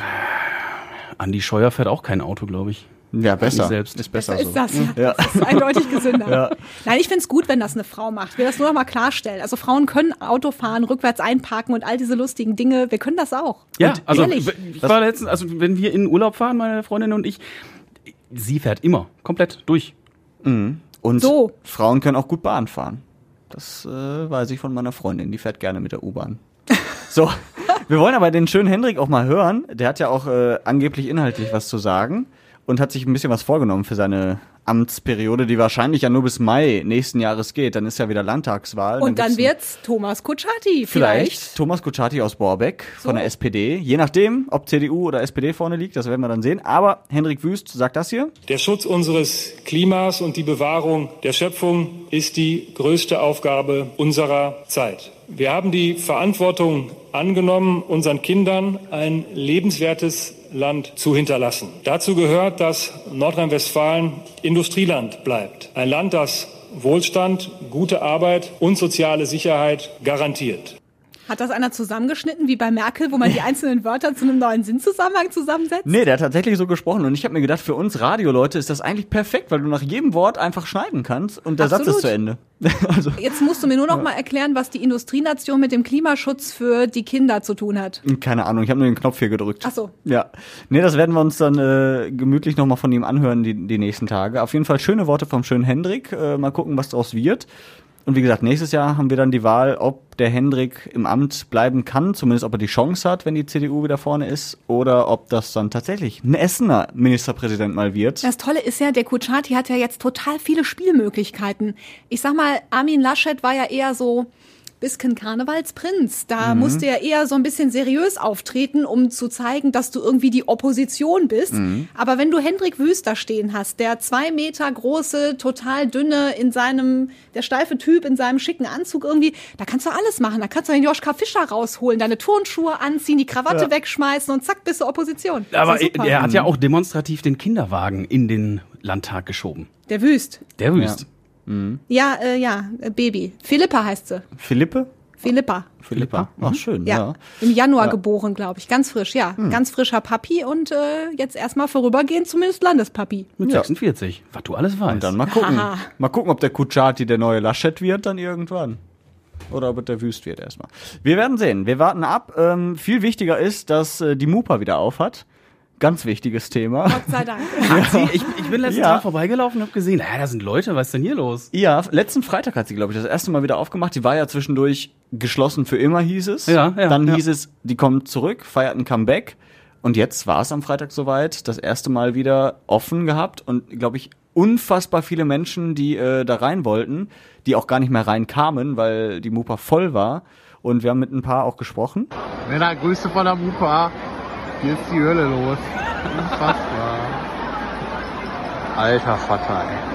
Andi Scheuer fährt auch kein Auto, glaube ich. Ja, besser. selbst. Ist besser Ist so. das, ja. Ja. Das ist eindeutig gesünder. Nein, ich find's gut, wenn das eine Frau macht. Ich will das nur noch mal klarstellen. Also Frauen können Auto fahren, rückwärts einparken und all diese lustigen Dinge. Wir können das auch. Ja, Und also ehrlich, ich war letztens, also wenn wir in Urlaub fahren, meine Freundin und ich, sie fährt immer komplett durch. Und So. Frauen können auch gut Bahn fahren. Das äh, weiß ich von meiner Freundin. Die fährt gerne mit der U-Bahn. So, wir wollen aber den schönen Hendrik auch mal hören. Der hat ja auch äh, angeblich inhaltlich was zu sagen und hat sich ein bisschen was vorgenommen für seine Amtsperiode, die wahrscheinlich ja nur bis Mai nächsten Jahres geht. Dann ist ja wieder Landtagswahl. und dann gibt's wird's Thomas Kutschaty vielleicht, vielleicht. Thomas Kutschaty aus Borbeck von der S P D. Je nachdem, ob C D U oder S P D vorne liegt, das werden wir dann sehen. Aber Hendrik Wüst sagt das hier. Der Schutz unseres Klimas und die Bewahrung der Schöpfung ist die größte Aufgabe unserer Zeit. Wir haben die Verantwortung angenommen, unseren Kindern ein lebenswertes Land zu hinterlassen. Dazu gehört, dass Nordrhein-Westfalen Industrieland bleibt. Ein Land, das Wohlstand, gute Arbeit und soziale Sicherheit garantiert. Hat das einer zusammengeschnitten, wie bei Merkel, wo man die einzelnen Wörter zu einem neuen Sinnzusammenhang zusammensetzt? Nee, der hat tatsächlich so gesprochen. Und ich habe mir gedacht, für uns Radioleute ist das eigentlich perfekt, weil du nach jedem Wort einfach schneiden kannst und der Absolut. Satz ist zu Ende. Also, Jetzt musst du mir nur noch mal erklären, was die Industrienation mit dem Klimaschutz für die Kinder zu tun hat. keine Ahnung, ich habe nur den Knopf hier gedrückt. Ach so. Ja. Nee, das werden wir uns dann äh, gemütlich nochmal von ihm anhören, die, die nächsten Tage. Auf jeden Fall schöne Worte vom schönen Hendrik. Äh, mal gucken, was draus wird. Und wie gesagt, nächstes Jahr haben wir dann die Wahl, ob der Hendrik im Amt bleiben kann, zumindest ob er die Chance hat, wenn die C D U wieder vorne ist, oder ob das dann tatsächlich ein Essener Ministerpräsident mal wird. Das Tolle ist ja, der Kutschaty hat ja jetzt total viele Spielmöglichkeiten. Ich sag mal, Armin Laschet war ja eher so bisschen Karnevalsprinz. Da Mhm. musste er eher so ein bisschen seriös auftreten, um zu zeigen, dass du irgendwie die Opposition bist. Mhm. Aber wenn du Hendrik Wüst da stehen hast, der zwei Meter große, total dünne, in seinem, der steife Typ in seinem schicken Anzug irgendwie, da kannst du alles machen. Da kannst du den Joschka Fischer rausholen, deine Turnschuhe anziehen, die Krawatte wegschmeißen und zack, bist du Opposition. Das Aber ist super. er hat ja auch demonstrativ den Kinderwagen in den Landtag geschoben. Der Wüst. Der Wüst. Ja, äh, ja, äh, Baby. Philippa heißt sie. Philippe? Philippa. Philippa. Ach, schön, Ja, ja. im Januar geboren, glaube ich. Ganz frisch, ja. Ganz frischer Papi und äh, jetzt erstmal vorübergehend zumindest Landespapi. Mit Ja. sechsundvierzig. Was du alles weißt. Und dann mal gucken. Haha. Mal gucken, ob der Kutschaty der neue Laschet wird dann irgendwann. oder ob es der Wüst wird erstmal. Wir werden sehen. Wir warten ab. Ähm, viel wichtiger ist, dass äh, die Mupa wieder auf hat. Ganz wichtiges Thema. Gott sei Dank. Hat sie? Ich, ich bin letztens Ja. dran vorbeigelaufen und habe gesehen, naja, da sind Leute, was ist denn hier los? Ja, letzten Freitag hat sie, glaube ich, das erste Mal wieder aufgemacht. Die war ja zwischendurch geschlossen für immer, hieß es. Ja, ja, Dann ja. hieß es, die kommt zurück, feiert ein Comeback. Und jetzt war es am Freitag soweit, das erste Mal wieder offen gehabt. Und, glaube ich, unfassbar viele Menschen, die äh, da rein wollten, die auch gar nicht mehr reinkamen, weil die Mupa voll war. Und wir haben mit ein paar auch gesprochen. Männer, Grüße von der Mupa. Hier ist die Hölle los. Unfassbar. Alter Vater, ey.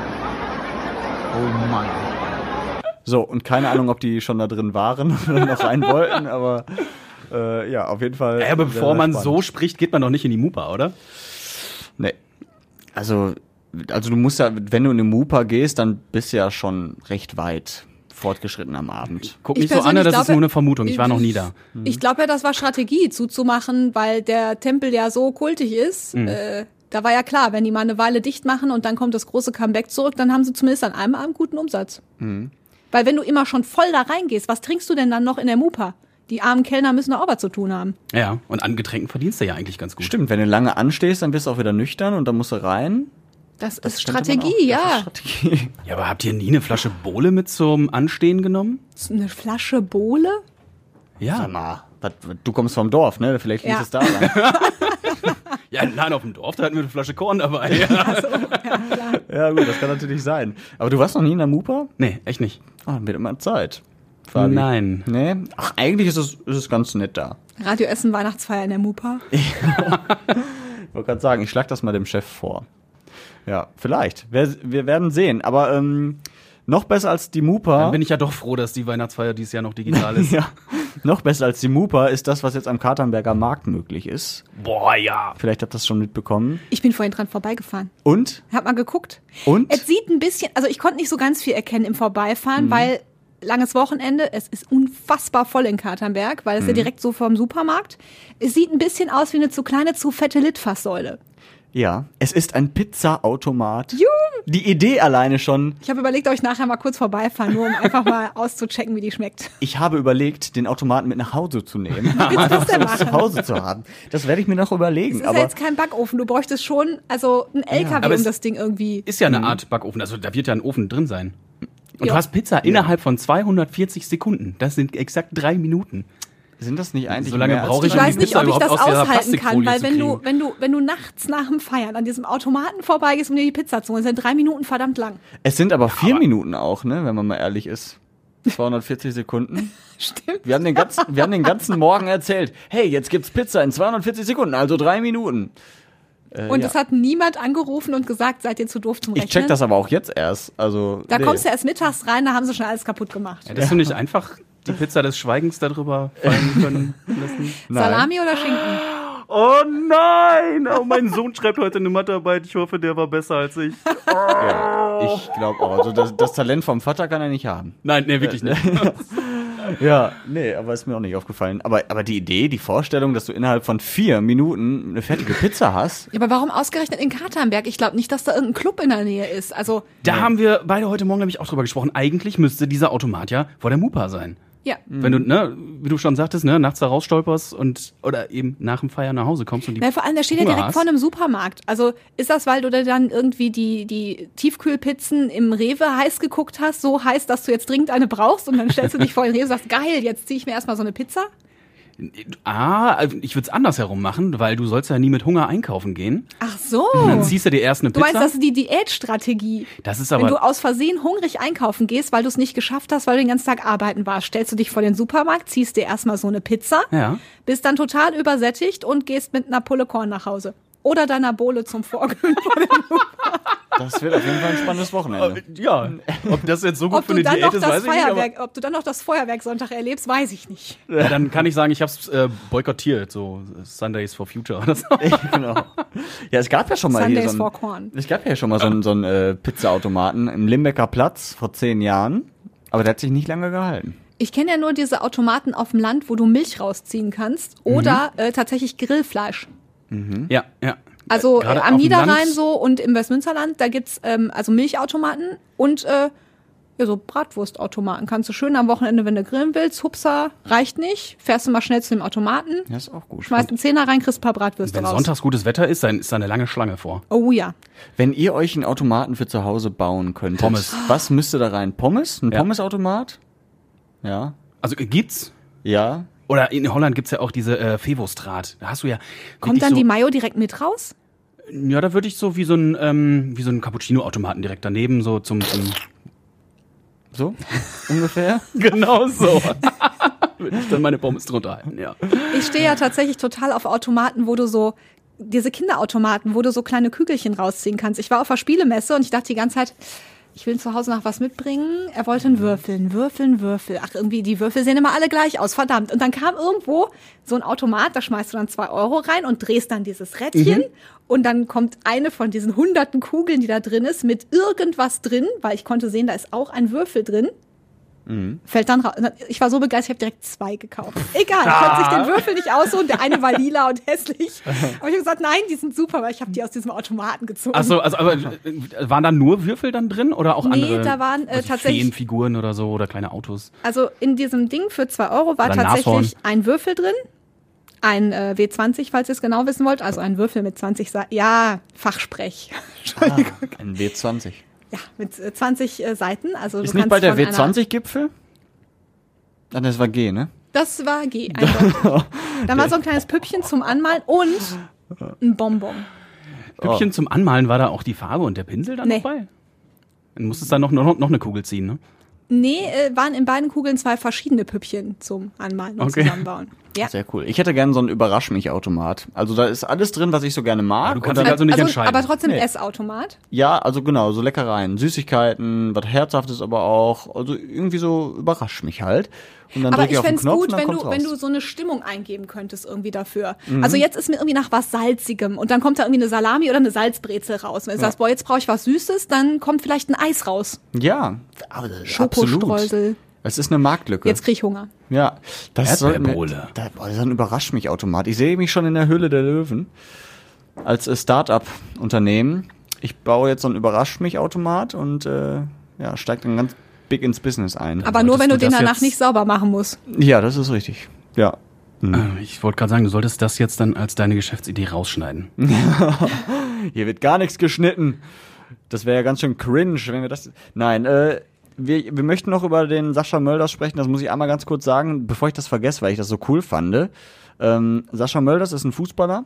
Oh Mann. So, und keine Ahnung, ob die schon da drin waren oder noch rein wollten, aber äh, ja, auf jeden Fall. Ja, aber sehr, bevor sehr man spannend. so spricht, geht man doch nicht in die Mupa, oder? Nee. Also, also du musst ja, wenn du in eine Mupa gehst, dann bist du ja schon recht weit fortgeschritten am Abend. Guck Ich mich so an, persönlich das ist glaube- nur eine Vermutung. Ich war noch nie da. Ich glaube ja, das war Strategie zuzumachen, weil der Tempel ja so kultig ist. Mhm. Äh, da war ja klar, wenn die mal eine Weile dicht machen und dann kommt das große Comeback zurück, dann haben sie zumindest an einem Abend guten Umsatz. Mhm. Weil wenn du immer schon voll da reingehst, was trinkst du denn dann noch in der Mupa? Die armen Kellner müssen auch was zu tun haben. Ja, und an Getränken verdienst du ja eigentlich ganz gut. Stimmt, wenn du lange anstehst, dann bist du auch wieder nüchtern und dann musst du rein. Das, Das ist könnte man Strategie, auch- ja. Das ist Strategie. Ja, aber habt ihr nie eine Flasche Bowle mit zum Anstehen genommen? Eine Flasche Bowle? Ja. Sag mal, was, du kommst vom Dorf, ne? Vielleicht liegt Ja. es da dran. Ja, nein, auf dem Dorf, da hatten wir eine Flasche Korn dabei. Ja. Also, ja, klar. Ja gut, das kann natürlich sein. Aber du warst noch nie in der Mupa? Nee, echt nicht. Ah, dann wird immer Zeit. Fabi. Nein. Nee? Ach, eigentlich ist es, ist es ganz nett da. Radio Essen Weihnachtsfeier in der Mupa. Ich wollte gerade sagen, ich schlag das mal dem Chef vor. Ja, vielleicht. Wir, wir werden sehen. Aber ähm, noch besser als die Mupa. Dann bin ich ja doch froh, dass die Weihnachtsfeier dieses Jahr noch digital ist. ja, noch besser als die Mupa ist das, was jetzt am Katernberger Markt möglich ist. Boah, ja. Vielleicht habt ihr das schon mitbekommen. Ich bin vorhin dran vorbeigefahren. Und? Hab mal geguckt. Und? Es sieht ein bisschen, also ich konnte nicht so ganz viel erkennen im Vorbeifahren, weil langes Wochenende, es ist unfassbar voll in Katernberg, weil es ja direkt so vom Supermarkt. Es sieht ein bisschen aus wie eine zu kleine, zu fette Litfaßsäule. Ja, es ist ein Pizzaautomat. Juhu! Die Idee alleine schon. Ich habe überlegt, ob ich nachher mal kurz vorbeifahren, nur um einfach mal auszuchecken, wie die schmeckt. Ich habe überlegt, den Automaten mit nach Hause zu nehmen. Wie willst du das denn um es zu machen? Hause zu haben. Das werde ich mir noch überlegen. Es ist aber ja jetzt kein Backofen, du bräuchtest schon, also ein L K W, aber um es das Ding irgendwie. Ist ja eine Art Backofen, also da wird ja ein Ofen drin sein. Und Ja. du hast Pizza innerhalb von zweihundertvierzig Sekunden. Das sind exakt drei Minuten. sind das nicht eigentlich So lange mehr als brauche Ich um die weiß nicht, Pizza ob ich überhaupt das aus dieser aushalten kann, Plastikfolie weil zu wenn du, kriegen? wenn du, wenn du nachts nach dem Feiern an diesem Automaten vorbeigehst, um dir die Pizza zu holen, sind drei Minuten verdammt lang. Es sind aber vier Minuten auch, ne, wenn man mal ehrlich ist. zweihundertvierzig Sekunden. Stimmt. Wir haben den ganzen, wir haben den ganzen Morgen erzählt, hey, jetzt gibt's Pizza in zweihundertvierzig Sekunden, also drei Minuten. Äh, Und ja. es hat niemand angerufen und gesagt, seid ihr zu doof zum Rechnen? Ich check das aber auch jetzt erst. Also Da nee. kommst du erst mittags rein, da haben sie schon alles kaputt gemacht. Hättest du nicht einfach die Pizza des Schweigens darüber fallen können lassen? Nein. Salami oder Schinken? Oh nein! Oh, mein Sohn schreibt heute eine Mathearbeit. Ich hoffe, der war besser als ich. Ja, ich glaube auch. Also das, das Talent vom Vater kann er nicht haben. Nein, nee, wirklich nicht. Ja, nee, aber ist mir auch nicht aufgefallen. Aber, aber die Idee, die Vorstellung, dass du innerhalb von vier Minuten eine fertige Pizza hast. Ja, aber warum ausgerechnet in Katernberg? Ich glaube nicht, dass da irgendein Club in der Nähe ist. Also, Da haben wir beide heute Morgen nämlich auch drüber gesprochen. Eigentlich müsste dieser Automat ja vor der Mupa sein. ja. Wenn du, ne, wie du schon sagtest, ne, nachts da rausstolperst und oder eben nach dem Feiern nach Hause kommst und die Na, vor allem, der steht ja Hunger direkt hast. vor einem Supermarkt. Also ist das, weil du da dann irgendwie die, die Tiefkühlpizzen im Rewe heiß geguckt hast, so heiß, dass du jetzt dringend eine brauchst und dann stellst du dich vor den Rewe und sagst, geil, jetzt ziehe ich mir erstmal so eine Pizza? Ah, ich würde es andersherum machen, weil du sollst ja nie mit Hunger einkaufen gehen. Ach so. Dann ziehst du dir erst eine Du Pizza. meinst, das ist die Diätstrategie. das ist Wenn du aber aus Versehen hungrig einkaufen gehst, weil du es nicht geschafft hast, weil du den ganzen Tag arbeiten warst, stellst du dich vor den Supermarkt, ziehst dir erstmal so eine Pizza, ja. bist dann total übersättigt und gehst mit einer Pulle Korn nach Hause. Oder deiner Bohle zum Vorglühen vor dem Das wird auf jeden Fall ein spannendes Wochenende. Ja, ob das jetzt so gut Ob für du, eine dann Diät noch ist, das weiß ich nicht. Aber Feuerwerk, ob du dann noch das Feuerwerk Sonntag erlebst, weiß ich nicht. ja, dann kann ich sagen, ich habe es äh, boykottiert, so Sundays for Future oder so. Genau. Ja, es gab ja schon mal Sundays hier so for ein, Corn. es gab ja schon mal so einen, so einen äh, Pizzaautomaten im Limbecker Platz vor zehn Jahren, aber der hat sich nicht lange gehalten. Ich kenne ja nur diese Automaten auf dem Land, wo du Milch rausziehen kannst oder äh, tatsächlich Grillfleisch. Ja, ja. Also äh, Gerade am auf dem Niederrhein Land- so und im Westmünsterland, da gibt's ähm, also Milchautomaten und äh, Ja, so Bratwurstautomaten. Kannst du schön am Wochenende, wenn du grillen willst, hupsa, reicht nicht. Fährst du mal schnell zu dem Automaten. Ja, ist auch gut. Schmeißt einen Zehner rein, kriegst ein paar Bratwürste Wenn raus. sonntags gutes Wetter ist, dann ist da eine lange Schlange vor. Oh ja. Wenn ihr euch einen Automaten für zu Hause bauen könntet, Pommes. was müsste da rein? Pommes? Ein Ja. Pommesautomat? Ja. Also äh, gibt's? Ja. Oder in Holland gibt's ja auch diese äh, Fevostrat. Da hast du ja Kommt wirklich dann so, die Mayo direkt mit raus? Ja, da würde ich so wie so ein ähm, wie so ein Cappuccino-Automaten direkt daneben so zum, zum So? Ungefähr? genau so. Würde ich dann meine Pommes drunter halten, ja. Ich stehe ja tatsächlich total auf Automaten, wo du so, diese Kinderautomaten, wo du so kleine Kügelchen rausziehen kannst. Ich war auf der Spielemesse und ich dachte die ganze Zeit, ich will zu Hause noch was mitbringen. Er wollte einen Würfel, einen Würfel, einen Würfel. Ach, irgendwie, die Würfel sehen immer alle gleich aus, verdammt. Und dann kam irgendwo so ein Automat, da schmeißt du dann zwei Euro rein und drehst dann dieses Rädchen. Mhm. Und dann kommt eine von diesen hunderten Kugeln, die da drin ist, mit irgendwas drin, weil ich konnte sehen, da ist auch ein Würfel drin. Mhm. Fällt dann raus. Ich war so begeistert, ich habe direkt zwei gekauft. Egal, ich konnte sich den Würfel nicht aussuchen. Der eine war lila und hässlich. Aber ich habe gesagt, nein, die sind super, weil ich habe die aus diesem Automaten gezogen. Ach so, also aber äh, waren da nur Würfel dann drin oder auch nee, andere? Nee, da waren äh, also tatsächlich Feenfiguren oder so oder kleine Autos. Also in diesem Ding für zwei Euro war oder tatsächlich ein Würfel drin. Ein äh, W zwanzig, falls ihr es genau wissen wollt. Also ein Würfel mit zwanzig Seiten. Ja, Fachsprech. Entschuldigung. Ah, ein W zwanzig. Ja, mit äh, zwanzig äh, Seiten. Also ist du nicht kannst bei der von W zwanzig-Gipfel? Ah, das war G, ne? Das war G. Eindeutig. Dann war so ein kleines Püppchen zum Anmalen und ein Bonbon. Püppchen oh. zum Anmalen, war da auch die Farbe und der Pinsel dann nee. noch bei? Dann musstest du da noch, noch, noch eine Kugel ziehen, ne? Nee, äh, waren in beiden Kugeln zwei verschiedene Püppchen zum Anmalen und okay. Zusammenbauen. Ja. Sehr cool. Ich hätte gerne so einen Überrasch-mich-Automat. Also da ist alles drin, was ich so gerne mag. Aber du kannst dich also nicht also, entscheiden. Aber trotzdem nee. Essautomat? Ja, also genau, so Leckereien, Süßigkeiten, was Herzhaftes aber auch. Also irgendwie so überrasch mich halt. Und dann aber drücke ich ich auf den fänd's Knopf gut, und dann wenn du, kommt's raus. wenn du so eine Stimmung eingeben könntest irgendwie dafür. Mhm. Also jetzt ist mir irgendwie nach was Salzigem und dann kommt da irgendwie eine Salami oder eine Salzbrezel raus. Wenn du ja. sagst, boah, jetzt brauche ich was Süßes, dann kommt vielleicht ein Eis raus. Ja, aber Schokostreusel. Es ist eine Marktlücke. Jetzt krieg ich Hunger. Ja, das soll mir, da, boah, das ist ein Überrasch-mich-Automat. Ich sehe mich schon in der Höhle der Löwen als äh, Start-up-Unternehmen. Ich baue jetzt so einen Überrasch-mich-Automat und äh, ja, steige dann ganz big ins Business ein. Aber nur, wenn du den danach nicht sauber machen musst. Ja, das ist richtig. Ja. Hm. Ich wollte gerade sagen, du solltest das jetzt dann als deine Geschäftsidee rausschneiden. Hier wird gar nichts geschnitten. Das wäre ja ganz schön cringe, wenn wir das... Nein, äh... Wir, wir möchten noch über den Sascha Mölders sprechen, das muss ich einmal ganz kurz sagen, bevor ich das vergesse, weil ich das so cool fand. Ähm, Sascha Mölders ist ein Fußballer,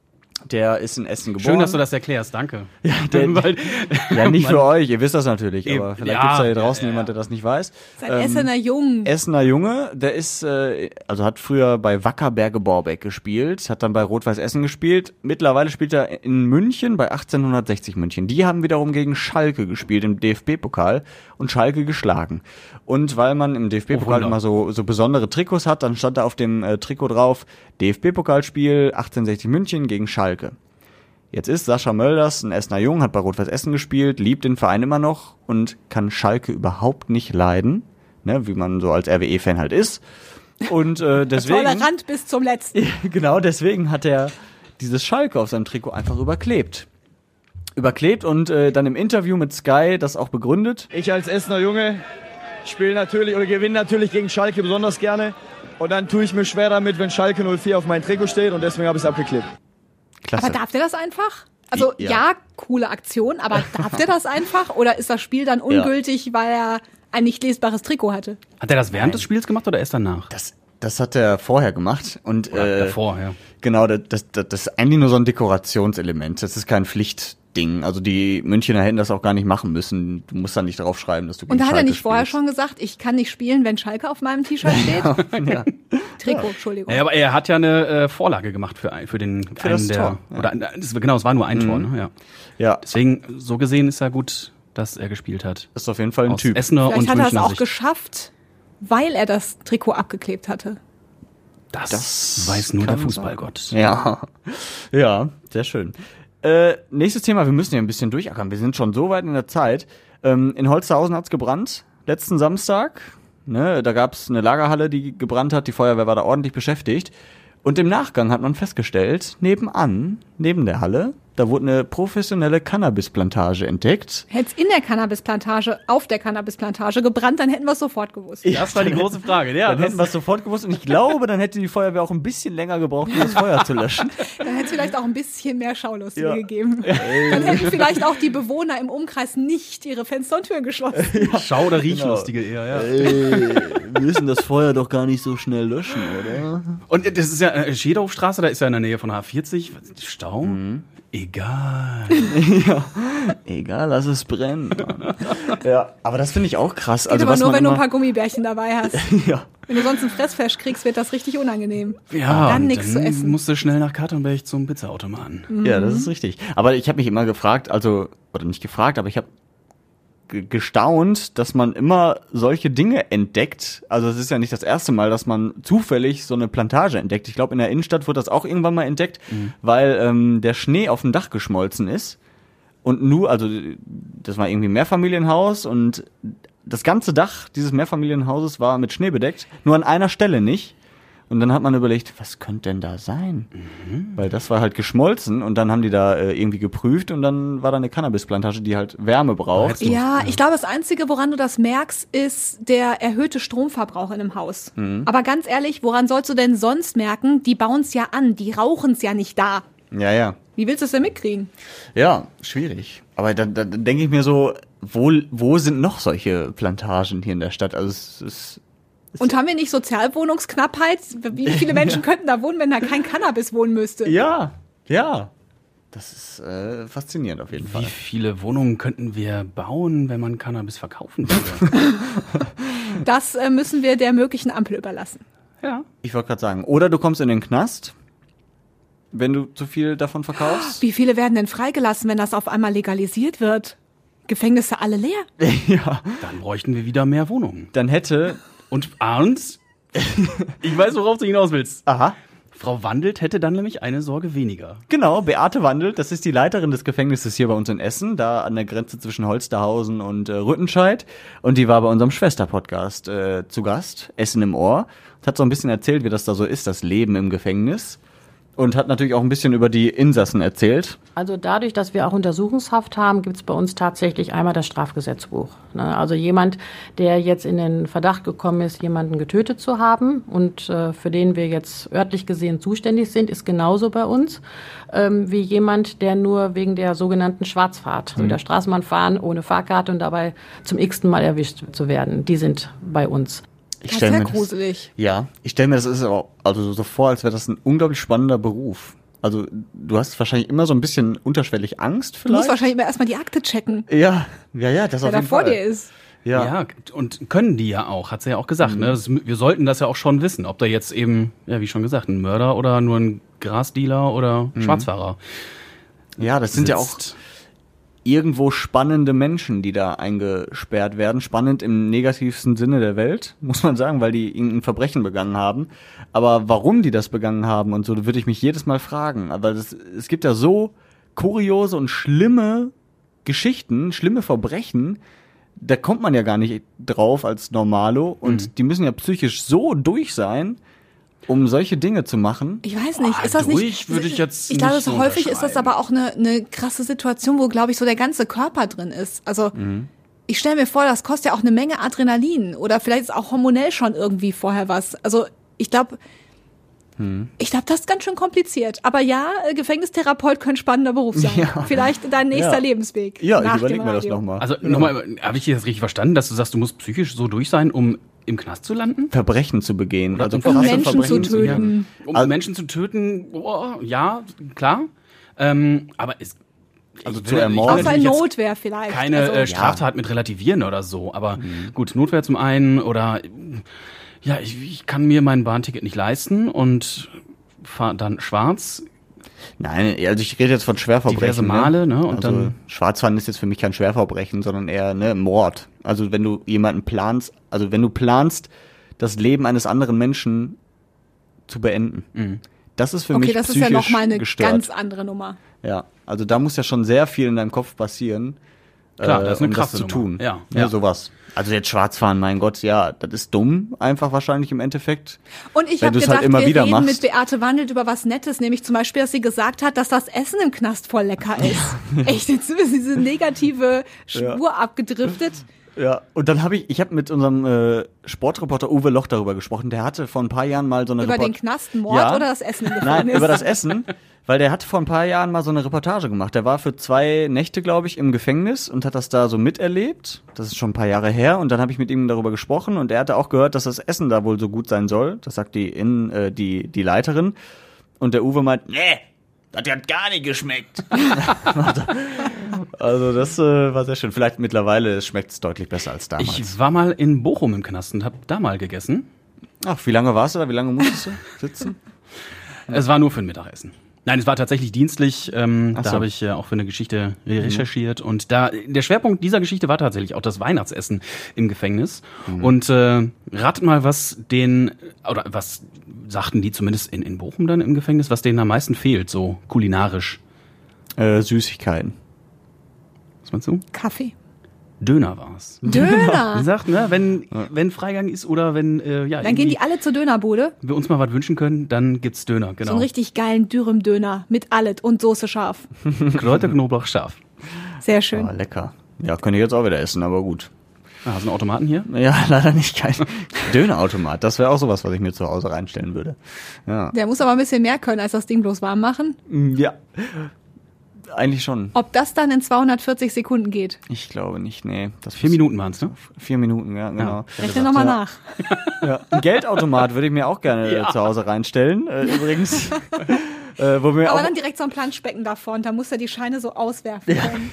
der ist in Essen geboren. Schön, dass du das erklärst, danke. Ja, der, Weil, ja nicht Mann. für euch, ihr wisst das natürlich, Eben, aber vielleicht ja, gibt's da hier draußen ja, ja. jemand, der das nicht weiß. Sein ähm, Essener Jung. Essener Junge, der ist, äh, also hat früher bei Wacker Berge-Borbeck gespielt, hat dann bei Rot-Weiß Essen gespielt. Mittlerweile spielt er in München bei achtzehnhundertsechzig München. Die haben wiederum gegen Schalke gespielt im D F B-Pokal und Schalke geschlagen. Und weil man im D F B-Pokal oh, immer so, so besondere Trikots hat, dann stand da auf dem äh, Trikot drauf, D F B-Pokalspiel achtzehnhundertsechzig München gegen Schalke. Jetzt ist Sascha Mölders ein Essener Jung, hat bei Rot-Weiß Essen gespielt, liebt den Verein immer noch und kann Schalke überhaupt nicht leiden, ne, wie man so als R W E-Fan halt ist. Und äh, deswegen... Tolerant bis zum Letzten. Genau, deswegen hat er dieses Schalke auf seinem Trikot einfach überklebt. Überklebt und äh, dann im Interview mit Sky das auch begründet. Ich als Essener Junge spiele natürlich oder gewinne natürlich gegen Schalke besonders gerne. Und dann tue ich mir schwer damit, wenn Schalke null vier auf mein Trikot steht und deswegen habe ich es abgeklebt. Klasse. Aber darf der das einfach? Also ja. ja, coole Aktion, aber darf der das einfach? Oder ist das Spiel dann ungültig, ja. weil er ein nicht lesbares Trikot hatte? Hat er das während Nein. des Spiels gemacht oder erst danach? Das, das hat er vorher gemacht. Und, oder äh, davor, ja. Genau, das, das, das ist eigentlich nur so ein Dekorationselement. Das ist kein Pflichtding. Also die Münchner hätten das auch gar nicht machen müssen. Du musst da nicht drauf schreiben, dass du gegen Und da hat Schalke er nicht vorher spielst. schon gesagt, ich kann nicht spielen, wenn Schalke auf meinem T-Shirt steht? Ja. Trikot, Entschuldigung. Ja, aber er hat ja eine äh, Vorlage gemacht für, ein, für den Für einen das der Tor, ja. oder das, genau, es war nur ein Mhm. Tor, ne? Ja. Ja, Deswegen so gesehen ist er gut, dass er gespielt hat. ist auf jeden Fall ein Aus Typ. Essener Vielleicht und hat er es Münchner auch Sicht. geschafft, weil er das Trikot abgeklebt hatte. Das, Das weiß nur der kann Fußballgott. Ja, ja, sehr schön. Äh, nächstes Thema, wir müssen ja ein bisschen durchackern. Wir sind schon so weit in der Zeit. Ähm, in Holsterhausen hat's gebrannt, letzten Samstag. Ne, da gab's eine Lagerhalle, die gebrannt hat. Die Feuerwehr war da ordentlich beschäftigt. Und im Nachgang hat man festgestellt, nebenan, neben der Halle, da wurde eine professionelle Cannabisplantage entdeckt. Hätte es in der Cannabisplantage, auf der Cannabisplantage gebrannt, dann hätten wir es sofort gewusst. Das war die große Frage. Ja, Dann hätten wir es sofort gewusst und ich glaube, dann hätte die Feuerwehr auch ein bisschen länger gebraucht, um das Feuer zu löschen. Dann hätte es vielleicht auch ein bisschen mehr Schaulustige Ja. gegeben. Dann hätten vielleicht auch die Bewohner im Umkreis nicht ihre Fenster und Türen geschlossen. Schau- oder Riechlustige eher, ja. Ey, wir müssen das Feuer doch gar nicht so schnell löschen, oder? Und das ist ja äh, Schedorfstraße, da ist ja in der Nähe von H vierzig. Stau? Mhm. Egal. Ja, egal, lass es brennen. Mann. Ja, aber das finde ich auch krass. Geht Also aber was nur, man wenn du ein immer, paar Gummibärchen dabei hast. ja. Wenn du sonst ein Fressflash kriegst, wird das richtig unangenehm. Ja, dann und nichts zu dann essen. musst du schnell nach Katernberg zum Pizzaautomaten. Ja, das ist richtig. Aber ich habe mich immer gefragt, also, oder nicht gefragt, aber ich habe ge- gestaunt, dass man immer solche Dinge entdeckt. Also es ist ja nicht das erste Mal, dass man zufällig so eine Plantage entdeckt. Ich glaube, in der Innenstadt wurde das auch irgendwann mal entdeckt, Mhm. weil ähm, der Schnee auf dem Dach geschmolzen ist. Und nur, also das war irgendwie ein Mehrfamilienhaus und das ganze Dach dieses Mehrfamilienhauses war mit Schnee bedeckt, nur an einer Stelle nicht. Und dann hat man überlegt, was könnte denn da sein? Mhm. Weil das war halt geschmolzen und dann haben die da äh, irgendwie geprüft und dann war da eine Cannabisplantage, die halt Wärme braucht. Ja, ich glaube, das Einzige, woran du das merkst, ist der erhöhte Stromverbrauch in einem Haus. Mhm. Aber ganz ehrlich, woran sollst du denn sonst merken? Die bauen es ja an, die rauchen es ja nicht da. Ja, ja. Wie willst du es denn mitkriegen? Ja, schwierig. Aber da, da denke ich mir so, wo, wo sind noch solche Plantagen hier in der Stadt? Also es ist Und haben wir nicht Sozialwohnungsknappheit? Wie viele Menschen könnten da wohnen, wenn da kein Cannabis wohnen müsste? ja, ja. Das ist äh, faszinierend auf jeden Wie Fall. viele Wohnungen könnten wir bauen, wenn man Cannabis verkaufen würde? Das äh, müssen wir der möglichen Ampel überlassen. Ja. Ich wollte gerade sagen, oder du kommst in den Knast, wenn du zu viel davon verkaufst. Wie viele werden denn freigelassen, wenn das auf einmal legalisiert wird? Gefängnisse alle leer? Ja. Dann bräuchten wir wieder mehr Wohnungen. Dann hätte, Und Arndt, ich weiß, worauf du hinaus willst. aha, Frau Wandelt hätte dann nämlich eine Sorge weniger. genau, Beate Wandelt, das ist die Leiterin des Gefängnisses hier bei uns in Essen, da an der Grenze zwischen Holsterhausen und äh, Rüttenscheid. Und die war bei unserem Schwester-Podcast äh, zu Gast, Essen im Ohr. Und hat so ein bisschen erzählt, wie das da so ist, das Leben im Gefängnis. Und hat natürlich auch ein bisschen über die Insassen erzählt. Also dadurch, dass wir auch Untersuchungshaft haben, gibt es bei uns tatsächlich einmal das Strafgesetzbuch. Ne? Also jemand, der jetzt in den Verdacht gekommen ist, jemanden getötet zu haben und äh, für den wir jetzt örtlich gesehen zuständig sind, ist genauso bei uns ähm, wie jemand, der nur wegen der sogenannten Schwarzfahrt, also der Straßenbahn fahren ohne Fahrkarte und dabei zum x-ten Mal erwischt zu werden, die sind bei uns. Ich Das ist stell ja mir gruselig. Ja, ich stelle mir das ist auch, also so vor, als wäre das ein unglaublich spannender Beruf. Also du hast wahrscheinlich immer so ein bisschen unterschwellig Angst Du vielleicht. musst wahrscheinlich immer erstmal die Akte checken, ja, ja, ja, das wer auf da jeden vor Fall. dir ist. Ja. Ja, und können die ja auch, hat sie ja auch gesagt. Ne? Das, wir sollten das ja auch schon wissen, ob da jetzt eben, ja, wie schon gesagt, ein Mörder oder nur ein Grasdealer oder Schwarzfahrer ja, das sind ja auch sitzt. irgendwo spannende Menschen, die da eingesperrt werden. Spannend im negativsten Sinne der Welt, muss man sagen, weil die irgendein Verbrechen begangen haben. Aber warum die das begangen haben und so, würde ich mich jedes Mal fragen. Aber das, es gibt ja so kuriose und schlimme Geschichten, schlimme Verbrechen, da kommt man ja gar nicht drauf als Normalo. Und Mhm. die müssen ja psychisch so durch sein, um solche Dinge zu machen. Ich weiß nicht, Boah, ist das durch nicht... würde ich jetzt Ich glaube, nicht so so häufig ist das unterschreiben. aber auch eine, eine krasse Situation, wo, glaube ich, so der ganze Körper drin ist. Also ich stelle mir vor, das kostet ja auch eine Menge Adrenalin oder vielleicht ist auch hormonell schon irgendwie vorher was. Also ich glaube, ich glaube, das ist ganz schön kompliziert. Aber ja, äh, Gefängnistherapeut könnte ein spannender Beruf sein. Ja. Vielleicht dein nächster Ja. Lebensweg. Ja, nach ich überlege dem mir das Radio. nochmal. Also nochmal, habe ich das richtig verstanden, dass du sagst, du musst psychisch so durch sein, um im Knast zu landen? Verbrechen zu begehen. Oder Also um Um krasse Menschen zu Verbrechen töten. Um Also- Menschen zu töten, boah, ja, klar. Ähm, aber es Also ich zu will- ich will ermorden. Außer natürlich jetzt Notwehr vielleicht. keine also, äh, Straftat mit relativieren oder so. Aber Mhm. gut, Notwehr zum einen oder ja, ich, ich kann mir mein Bahnticket nicht leisten und fahr dann schwarz. Nein, also ich rede jetzt von Schwerverbrechen. Diverse Male, ne? Und also dann- Schwarzfahren ist jetzt für mich kein Schwerverbrechen, sondern eher ne Mord. Also wenn du jemanden planst, also wenn du planst, das Leben eines anderen Menschen zu beenden. Mhm. Das ist für okay, mich das ist psychisch ja nochmal eine gestört. ganz andere Nummer. Ja, also da muss ja schon sehr viel in deinem Kopf passieren. Klar, das ist eine um krasse das zu Nummer. tun. Ja, ja, ja. sowas. Also jetzt Schwarzfahren, mein Gott, ja, das ist dumm, einfach wahrscheinlich im Endeffekt. Und ich Wenn habe du's gedacht, halt immer wir wieder reden machst. mit Beate Wandelt über was Nettes, nämlich zum Beispiel, dass sie gesagt hat, dass das Essen im Knast voll lecker ist. Echt, jetzt ist diese negative Spur abgedriftet. Ja, und dann habe ich, ich habe mit unserem äh, Sportreporter Uwe Loch darüber gesprochen. Der hatte vor ein paar Jahren mal so eine Über Report- den Knastmord Ja. oder das Essen im Nein, Gefängnis? über das Essen, weil der hat vor ein paar Jahren mal so eine Reportage gemacht. Der war für zwei Nächte, glaube ich, im Gefängnis und hat das da so miterlebt. Das ist schon ein paar Jahre her. Und dann habe ich mit ihm darüber gesprochen und er hatte auch gehört, dass das Essen da wohl so gut sein soll. Das sagt die in äh, die die Leiterin. Und der Uwe meint, nee, das hat gar nicht geschmeckt. Also das äh, war sehr schön. Vielleicht mittlerweile schmeckt es deutlich besser als damals. Ich war mal in Bochum im Knast und habe da mal gegessen. Ach, wie lange warst du da? Wie lange musstest du sitzen? Es war nur für ein Mittagessen. Nein, es war tatsächlich dienstlich. Ähm, Ach da so. habe ich äh, auch für eine Geschichte recherchiert. Mhm. Und da der Schwerpunkt dieser Geschichte war tatsächlich auch das Weihnachtsessen im Gefängnis. Mhm. Und äh, ratet mal, was den, oder was sagten die zumindest in, in Bochum dann im Gefängnis, was denen am meisten fehlt, so kulinarisch? Äh, Süßigkeiten. Was meinst du? Kaffee. Döner war's. Döner? Wie gesagt, ne, wenn, wenn Freigang ist oder wenn, äh, ja, Dann gehen die alle zur Dönerbude. wir uns mal was wünschen können, dann gibt's Döner, genau. So einen richtig geilen Dürüm-Döner mit alles und Soße scharf. Kräuter, Knoblauch, scharf. Sehr schön. Ah, lecker. Ja, könnte ich jetzt auch wieder essen, aber gut. Ah, hast du einen Automaten hier? Ja, leider nicht kein Dönerautomat. Das wäre auch sowas, was ich mir zu Hause reinstellen würde. Ja. Der muss aber ein bisschen mehr können, als das Ding bloß warm machen. Ja. Eigentlich schon. Ob das dann in zweihundertvierzig Sekunden geht? Ich glaube nicht, nee. Das Vier Minuten waren's, ne? Vier Minuten, ja, genau. Rechne nochmal Ja. nach. Ja. Ein Geldautomat würde ich mir auch gerne Ja. äh, zu Hause reinstellen, äh, übrigens. äh, wo wir Aber auch, dann direkt so ein Planschbecken davor und da muss er die Scheine so auswerfen können.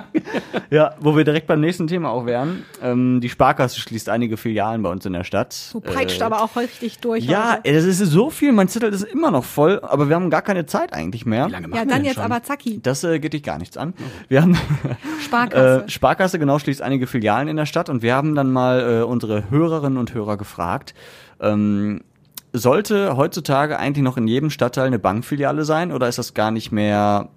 ja, wo wir direkt beim nächsten Thema auch wären. Ähm, die Sparkasse schließt einige Filialen bei uns in der Stadt. Du peitscht äh, aber auch richtig durch. Ja, heute. ey, das ist so viel, mein Zettel ist immer noch voll, aber wir haben gar keine Zeit eigentlich mehr. Wie lange machen Ja, wir dann denn jetzt schon? aber zacki. Das äh, geht dich gar nichts an. Wir haben Sparkasse. äh, Sparkasse genau schließt einige Filialen in der Stadt und wir haben dann mal äh, unsere Hörerinnen und Hörer gefragt, ähm, sollte heutzutage eigentlich noch in jedem Stadtteil eine Bankfiliale sein oder ist das gar nicht mehr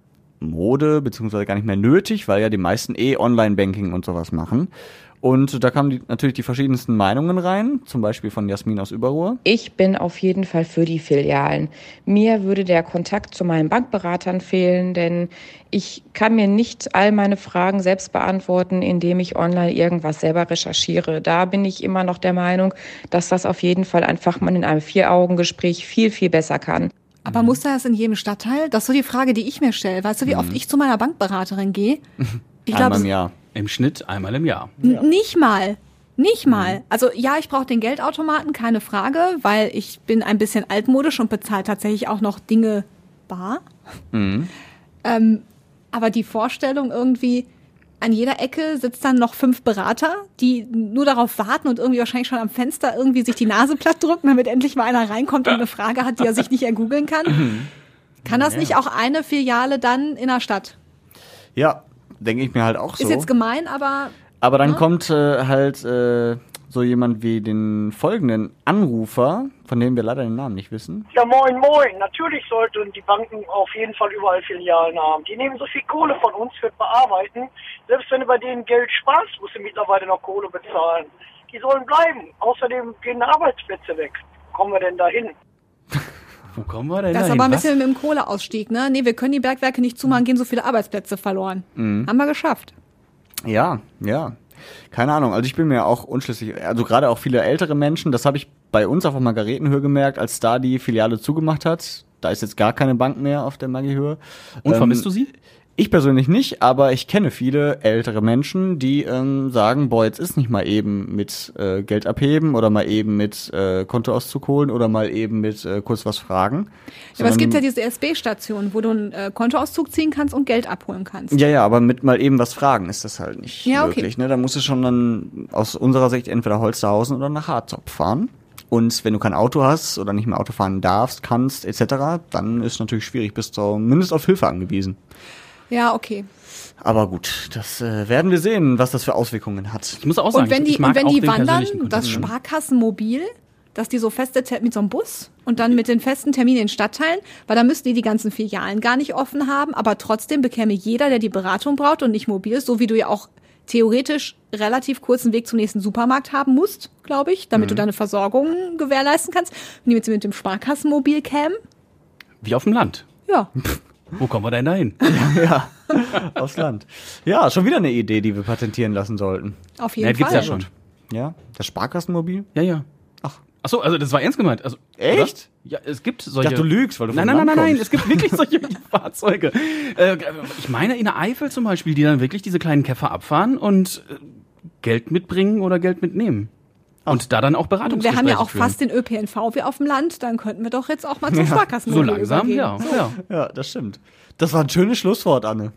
Mode beziehungsweise gar nicht mehr nötig, weil ja die meisten eh Online-Banking und sowas machen. Und da kamen die, natürlich die verschiedensten Meinungen rein, zum Beispiel von Jasmin aus Überruhr. Ich bin auf jeden Fall für die Filialen. Mir würde der Kontakt zu meinen Bankberatern fehlen, denn ich kann mir nicht all meine Fragen selbst beantworten, indem ich online irgendwas selber recherchiere. Da bin ich immer noch der Meinung, dass das auf jeden Fall einfach man in einem Vier-Augen-Gespräch viel, viel besser kann. Aber muss das in jedem Stadtteil? Das ist so die Frage, die ich mir stelle. Weißt du, wie oft ich zu meiner Bankberaterin gehe? Ich Einmal glaube, im Jahr. Im Schnitt einmal im Jahr. N- Nicht mal. Nicht mal. Also ja, ich brauche den Geldautomaten, keine Frage, weil ich bin ein bisschen altmodisch und bezahle tatsächlich auch noch Dinge bar. Mhm. Ähm, aber die Vorstellung irgendwie, an jeder Ecke sitzt dann noch fünf Berater, die nur darauf warten und irgendwie wahrscheinlich schon am Fenster irgendwie sich die Nase platt drücken, damit endlich mal einer reinkommt und eine Frage hat, die er sich nicht ergoogeln kann. Kann das Ja. nicht auch eine Filiale dann in der Stadt? Ja, denke ich mir halt auch so. Ist jetzt gemein, aber Aber dann ne? kommt äh, halt äh, so jemand wie den folgenden Anrufer, von dem wir leider den Namen nicht wissen. Ja, moin, moin. Natürlich sollten die Banken auf jeden Fall überall Filialen haben. Die nehmen so viel Kohle von uns für Bearbeiten. Selbst wenn du bei denen Geld sparst, musst du mittlerweile noch Kohle bezahlen. Die sollen bleiben. Außerdem gehen Arbeitsplätze weg. Wo kommen wir denn da hin? Wo kommen wir denn das ist dahin? aber ein Was? bisschen mit dem Kohleausstieg, ne? Nee, wir können die Bergwerke nicht zumachen, gehen so viele Arbeitsplätze verloren. Mhm. Haben wir geschafft. Ja, ja. Keine Ahnung, also ich bin mir auch unschlüssig, also gerade auch viele ältere Menschen, das habe ich bei uns auf der Margaretenhöhe gemerkt, als da die Filiale zugemacht hat. Da ist jetzt gar keine Bank mehr auf der Maggi-Höhe. Und Ähm, vermisst du sie? Ich persönlich nicht, aber ich kenne viele ältere Menschen, die ähm, sagen, boah, jetzt ist nicht mal eben mit äh, Geld abheben oder mal eben mit äh, Kontoauszug holen oder mal eben mit äh, kurz was fragen. Ja, aber es gibt ja Sondern- diese S B-Station, wo du einen äh, Kontoauszug ziehen kannst und Geld abholen kannst. Ja, ja, aber mit mal eben was fragen ist das halt nicht Ja, okay. möglich. Ne? Da musst du schon dann aus unserer Sicht entweder Holsterhausen oder nach Harzopf fahren. Und wenn du kein Auto hast oder nicht mehr Auto fahren darfst, kannst et cetera, dann ist natürlich schwierig, bist du zumindest auf Hilfe angewiesen. Ja, okay. Aber gut, das äh, werden wir sehen, was das für Auswirkungen hat. Ich muss auch Und wenn die, und wenn die wandern, persönlichen das Kontakt, ne? Sparkassenmobil, dass die so feste, Ter- mit so einem Bus und dann mit den festen Terminen in Stadtteilen, weil da müssten die die ganzen Filialen gar nicht offen haben, aber trotzdem bekäme jeder, der die Beratung braucht und nicht mobil ist, so wie du ja auch theoretisch relativ kurzen Weg zum nächsten Supermarkt haben musst, glaube ich, damit mhm. du deine Versorgung gewährleisten kannst. Wenn die jetzt mit dem Sparkassenmobil kämen. Wie auf dem Land. Ja. Wo kommen wir denn da hin? ja, ja, aufs Land. Ja, schon wieder eine Idee, die wir patentieren lassen sollten. Auf jeden ja, Fall. Gibt's ja schon. Ja, das Sparkassenmobil? Ja, ja. Ach. Ach so, also das war ernst gemeint. Also, echt? Oder? Ja, es gibt solche... Ich dachte, du lügst, weil du Nein, vom nein, Land nein, nein, kommst. es gibt wirklich solche Fahrzeuge. Äh, ich meine, in der Eifel zum Beispiel, die dann wirklich diese kleinen Käfer abfahren und äh, Geld mitbringen oder Geld mitnehmen. Und da dann auch Beratungsgespräche Wir haben ja auch führen. fast den Ö P N V wie auf dem Land, dann könnten wir doch jetzt auch mal zum ja. Sparkassenmobil So langsam, übergehen. ja, so. ja. Ja, das stimmt. Das war ein schönes Schlusswort, Anne.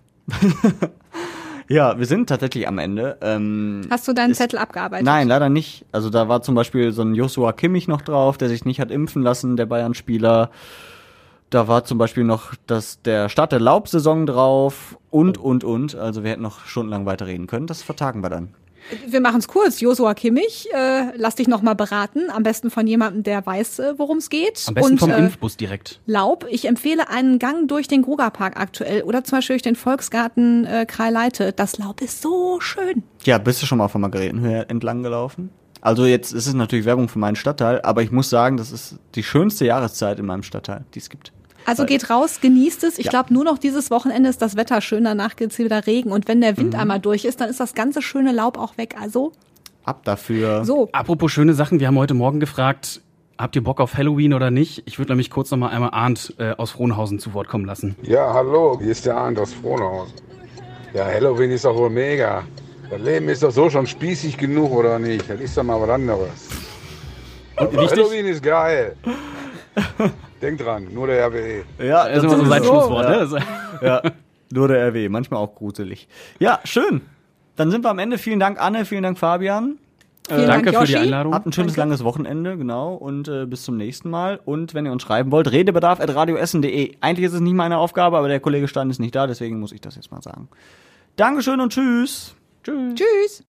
Ja, wir sind tatsächlich am Ende. Ähm, Hast du deinen Zettel abgearbeitet? Nein, leider nicht. Also da war zum Beispiel so ein Joshua Kimmich noch drauf, der sich nicht hat impfen lassen, der Bayern-Spieler. Da war zum Beispiel noch das, der Start der Laubsaison drauf und, und, und. Also wir hätten noch stundenlang weiterreden können. Das vertagen wir dann. Wir machen es kurz. Joshua Kimmich, äh, lass dich noch mal beraten. Am besten von jemandem, der weiß, äh, worum es geht. Am besten und, vom äh, Impfbus direkt. Laub. Ich empfehle einen Gang durch den Grugerpark aktuell oder zum Beispiel durch den Volksgarten äh, Krei-Leite. Das Laub ist so schön. Ja, bist du schon mal auf der Margaretenhöhe entlang gelaufen? Also jetzt ist es natürlich Werbung für meinen Stadtteil, aber ich muss sagen, das ist die schönste Jahreszeit in meinem Stadtteil, die es gibt. Also Weil, geht raus, genießt es. Ich ja. glaube, nur noch dieses Wochenende ist das Wetter schön, danach geht's wieder Regen. Und wenn der Wind Mhm. einmal durch ist, dann ist das ganze schöne Laub auch weg. Also ab dafür. So. Apropos schöne Sachen, wir haben heute Morgen gefragt, habt ihr Bock auf Halloween oder nicht? Ich würde nämlich kurz noch mal einmal Arndt äh, aus Frohnhausen zu Wort kommen lassen. Ja, hallo, hier ist der Arndt aus Frohnhausen. Ja, Halloween ist doch wohl mega. Das Leben ist doch so schon spießig genug, oder nicht? Das ist doch mal was anderes. Und Also, Halloween ist geil. Denk dran, nur der R W E. Ja, das ist immer so sein Schlusswort. Ja. Ne? Ja, nur der R W E, manchmal auch gruselig. Ja, schön. Dann sind wir am Ende. Vielen Dank, Anne, vielen Dank, Fabian. Vielen äh, Dank, danke für die Yoshi. Einladung. Habt ein schönes, Danke. langes Wochenende, genau. Und äh, bis zum nächsten Mal. Und wenn ihr uns schreiben wollt, redebedarf at radioessen punkt de. Eigentlich ist es nicht meine Aufgabe, aber der Kollege Stein ist nicht da, deswegen muss ich das jetzt mal sagen. Dankeschön und tschüss. Tschüss. Tschüss.